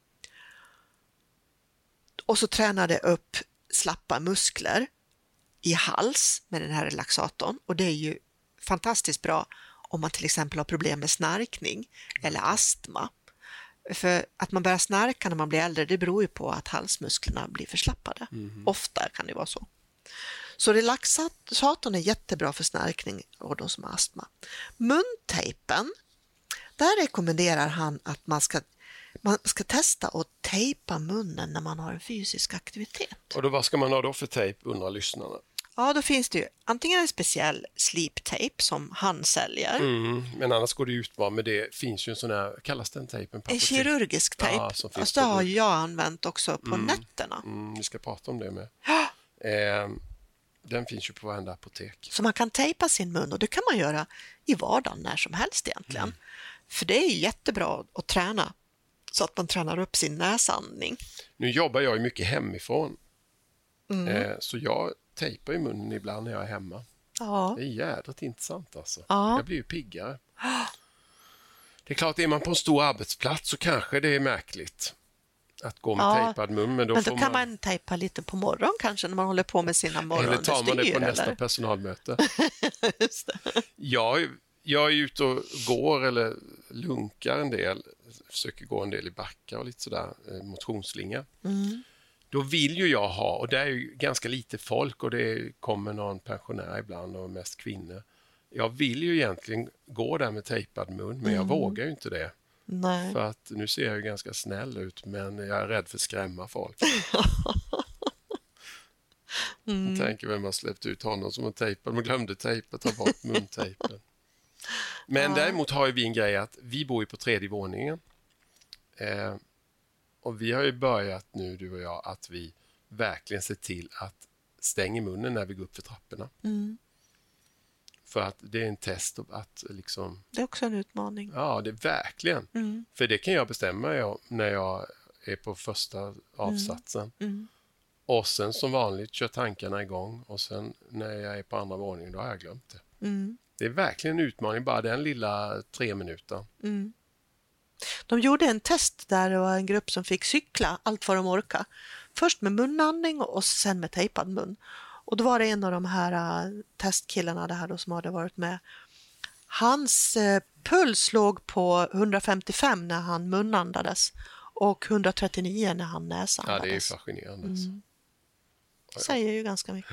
Och så tränar det upp slappa muskler i hals med den här relaxatorn. Och det är ju fantastiskt bra om man till exempel har problem med snarkning eller astma. För att man börjar snarka när man blir äldre, det beror ju på att halsmusklerna blir förslappade. Ofta kan det vara så. Så relaxatorn är jättebra för snarkning och de som har astma. Muntejpen, där rekommenderar han att man ska testa att tejpa munnen när man har en fysisk aktivitet. Och då, vad ska man ha då för tejp, undrar lyssnarna? Ja, då finns det ju antingen en speciell sleep tape som han säljer. Men annars går det ut bra, men det finns ju en sån här, kallas den tejpen? En kirurgisk tejp. Ja, och så har jag använt också på nätterna. Vi ska prata om det med. Den finns ju på varenda apotek. Så man kan tejpa sin mun och det kan man göra i vardagen när som helst egentligen. För det är jättebra att träna så att man tränar upp sin näsandning. Nu jobbar jag ju mycket hemifrån. Så jag tejpar i munnen ibland när jag är hemma. Ja. Det är jädrigt intressant alltså. Ja. Jag blir ju piggare. Det är klart, är man på en stor arbetsplats så kanske det är märkligt att gå med tejpad mun. Men då kan man tejpa lite på morgonen kanske när man håller på med sina morgonbestyr. Eller tar man det på nästa personalmöte. Just det. Jag är ute och går eller lunkar en del. Försöker gå en del i backar och lite sådär, motionsslinga. Då vill ju jag ha, och det är ju ganska lite folk och det kommer någon pensionär ibland och mest kvinnor. Jag vill ju egentligen gå där med tejpad mun, men jag vågar ju inte det. Nej. För att nu ser jag ju ganska snäll ut, men jag är rädd för att skrämma folk. Jag tänker vem har släppt ut honom som har tejpat, man glömde tejpa, ta bort muntejpen. Men däremot har ju vi en grej att vi bor ju på 3:e våningen. Och vi har ju börjat nu, du och jag, att vi verkligen ser till att stänga munnen när vi går upp för trapporna. För att det är en test att liksom... Det är också en utmaning. Ja, det är verkligen. För det kan jag bestämma när jag är på första avsatsen. Och sen som vanligt kör tankarna igång. Och sen när jag är på andra våningen, då har jag glömt det. Det är verkligen en utmaning, bara den lilla 3 minuter. De gjorde en test där det var en grupp som fick cykla allt vad de orkade. Först med munandning och sen med tejpad mun. Och då var det en av de här testkillarna där då, som hade varit med. Hans puls låg på 155 när han munandades och 139 när han näsandades. Ja, det är fascinerande. Säger ju ganska mycket.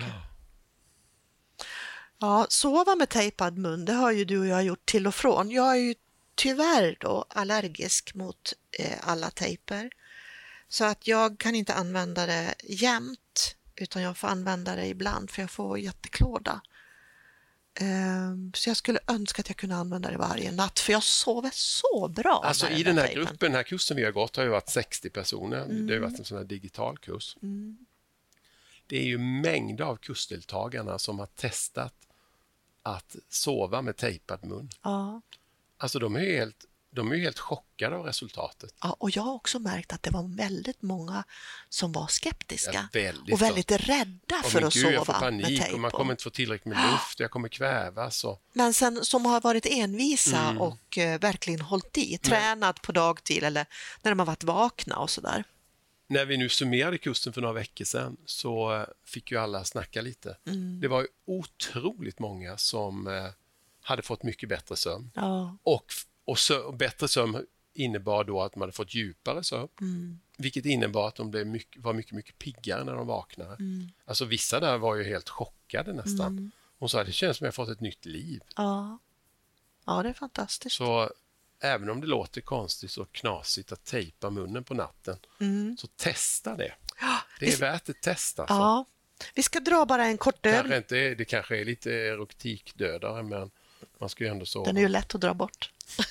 Ja, sova med tejpad mun, det har ju du och jag gjort till och från. Jag är ju tyvärr då allergisk mot alla tejper. Så att jag kan inte använda det jämt, utan jag får använda det ibland för jag får jätteklåda. Så jag skulle önska att jag kunde använda det varje natt, för jag sover så bra. Alltså i den här gruppen, den här kursen vi har gått har ju varit 60 personer. Det har ju varit en sån här digital kurs. Det är ju mängder av kursdeltagarna som har testat att sova med tejpad mun. Ja. Alltså de de är ju helt chockade av resultatet. Ja, och jag har också märkt att det var väldigt många som var skeptiska Ja, väldigt rädda för att sova jag får med panik tejp och man kommer inte få tillräckligt med luft, jag kommer kvävas. Men sen som har varit envisa och verkligen hållit i, tränat på dagtid eller när de har varit vakna och sådär. När vi nu summerade kursen för några veckor sedan så fick ju alla snacka lite. Det var ju otroligt många som hade fått mycket bättre sömn. Ja. Och bättre sömn innebar då att de hade fått djupare sömn. Vilket innebar att de var mycket piggare när de vaknade. Alltså vissa där var ju helt chockade nästan. Hon sa att det känns som att jag fått ett nytt liv. Ja, ja, det är fantastiskt. Så även om det låter konstigt och knasigt att tejpa munnen på natten, så testa det. Det är värt ett test. Alltså. Ja, vi ska dra bara en kort öl. Det kanske är lite erotikdödare, men man ska ju ändå sova. Den är ju lätt att dra bort.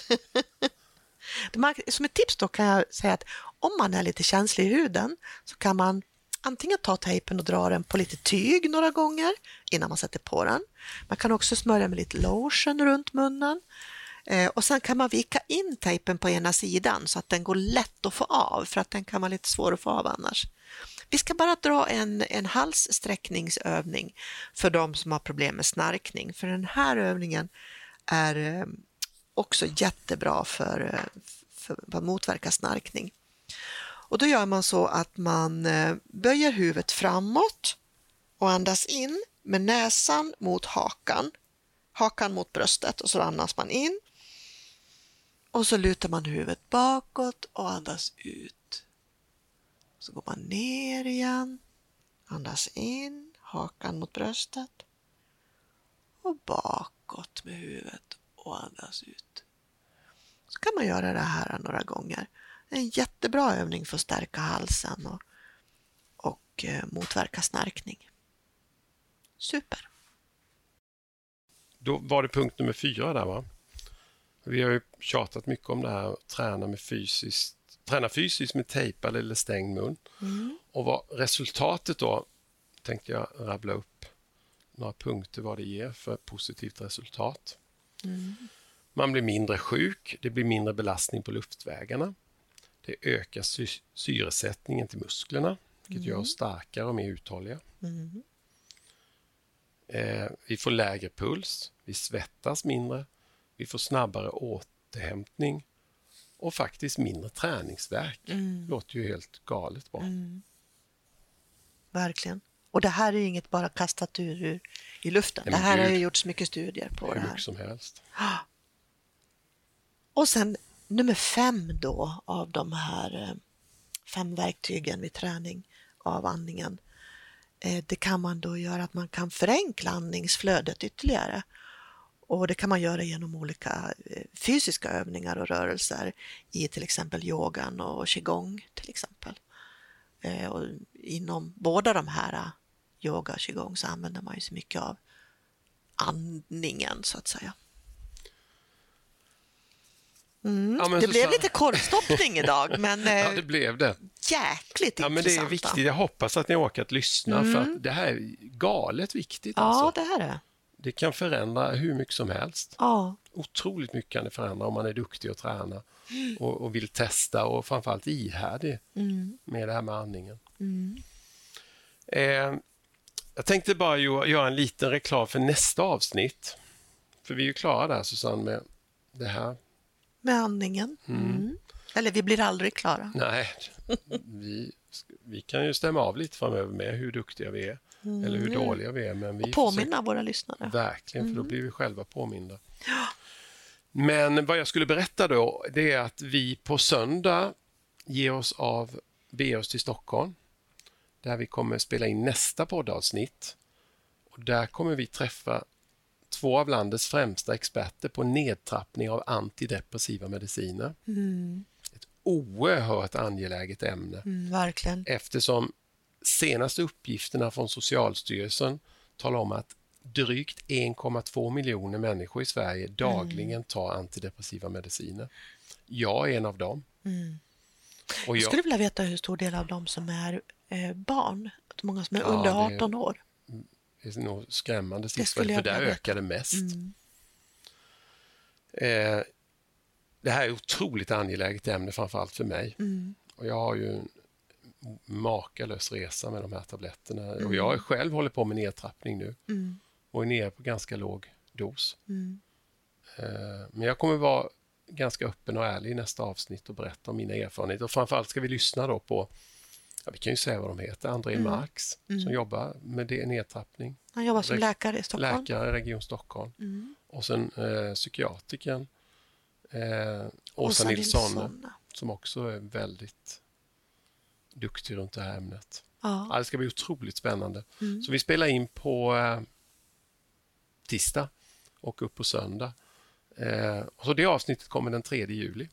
Som ett tips då kan jag säga att om man är lite känslig i huden så kan man antingen ta tejpen och dra den på lite tyg några gånger innan man sätter på den. Man kan också smörja med lite lotion runt munnen. Och sen kan man vika in tejpen på ena sidan så att den går lätt att få av, för att den kan vara lite svår att få av annars. Vi ska bara dra en halssträckningsövning för de som har problem med snarkning. För den här övningen är också jättebra för att motverka snarkning. Och då gör man så att man böjer huvudet framåt och andas in med näsan mot hakan mot bröstet, och så andas man in. Och så lutar man huvudet bakåt och andas ut. Så går man ner igen, andas in, hakan mot bröstet och bakåt med huvudet och andas ut. Så kan man göra det här några gånger. Det är en jättebra övning för att stärka halsen och motverka snarkning. Super! Då var det punkt nummer 4 där, va? Vi har ju tjatat mycket om det här, träna fysiskt med tejpad eller stängd mun. Och vad resultatet då, tänkte jag rabbla upp några punkter vad det ger för positivt resultat. Man blir mindre sjuk, det blir mindre belastning på luftvägarna. Det ökar syresättningen till musklerna, vilket gör oss starkare och mer uthålliga. Vi får lägre puls, vi svettas mindre, vi får snabbare återhämtning och faktiskt mindre träningsvärk. Det låter ju helt galet bra. Verkligen. Och det här är ju inget bara kastat ur i luften. Nej, det här har Gud, ju gjorts mycket studier på det här. Mycket som helst. Och sen nummer 5 då av de här 5 verktygen vid träning av andningen. Det kan man då göra att man kan förenkla andningsflödet ytterligare. Och det kan man göra genom olika fysiska övningar och rörelser i till exempel yogan och qigong till exempel. Och inom båda de här yoga och qigong så använder man ju så mycket av andningen så att säga. Ja, det blev lite korvstoppning idag, men ja, det blev det. Jäkligt ja, men det är viktigt. Jag hoppas att ni orkar att lyssna för att det här är galet viktigt. Ja, alltså. det här är. Det kan förändra hur mycket som helst. Ja. Otroligt mycket kan det förändra om man är duktig att träna och vill testa och framförallt ihärdig med det här med andningen. Jag tänkte bara göra en liten reklam för nästa avsnitt. För vi är ju klara där, Susanne, med det här. Med andningen. Eller vi blir aldrig klara. Nej, vi kan ju stämma av lite framöver med hur duktiga vi är. Eller hur dåliga vi är. Men vi och påminna våra lyssnare. Verkligen, för då blir vi själva påminda. Men vad jag skulle berätta då, det är att vi på söndag beger oss till Stockholm. Där vi kommer spela in nästa poddavsnitt. Och där kommer vi träffa 2 av landets främsta experter på nedtrappning av antidepressiva mediciner. Ett oerhört angeläget ämne. Verkligen. Eftersom senaste uppgifterna från Socialstyrelsen talar om att drygt 1,2 miljoner människor i Sverige dagligen tar antidepressiva mediciner. Jag är en av dem. Och jag skulle vilja veta hur stor del av dem som är barn. Att många som är under 18 år. Det är nog skrämmande siffror, för där ökar det mest. det här är ett otroligt angeläget ämne, framförallt för mig. Och jag har ju en makalös resa med de här tabletterna. Och jag själv håller på med nedtrappning nu. Och är nere på ganska låg dos. Men jag kommer vara ganska öppen och ärlig i nästa avsnitt och berätta om mina erfarenheter. Och framförallt ska vi lyssna då på, vi kan ju säga vad de heter, André Marx som jobbar med nedtrappning. Han jobbar som läkare i Stockholm. Läkare i Region Stockholm. Och sen psykiatriken Åsa Nilsson som också är väldigt duktig runt det här ämnet. Ja, det ska bli otroligt spännande. Så vi spelar in på tisdag och upp på söndag. Och så det avsnittet kommer den 3 juli.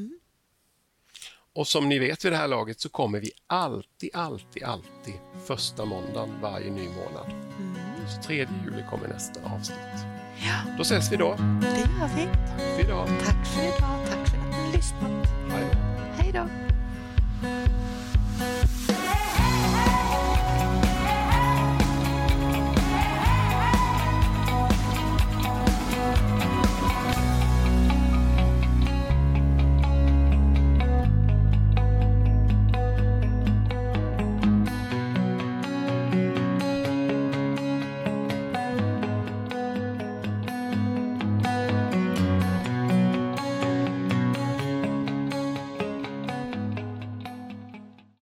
Och som ni vet vid det här laget så kommer vi alltid första måndagen varje ny månad. Så 3 juli kommer nästa avsnitt. Ja. Då ses vi då. Det gör vi. Tack för idag. Tack för idag. Tack för att ni lyssnade. Hej då. Hej då.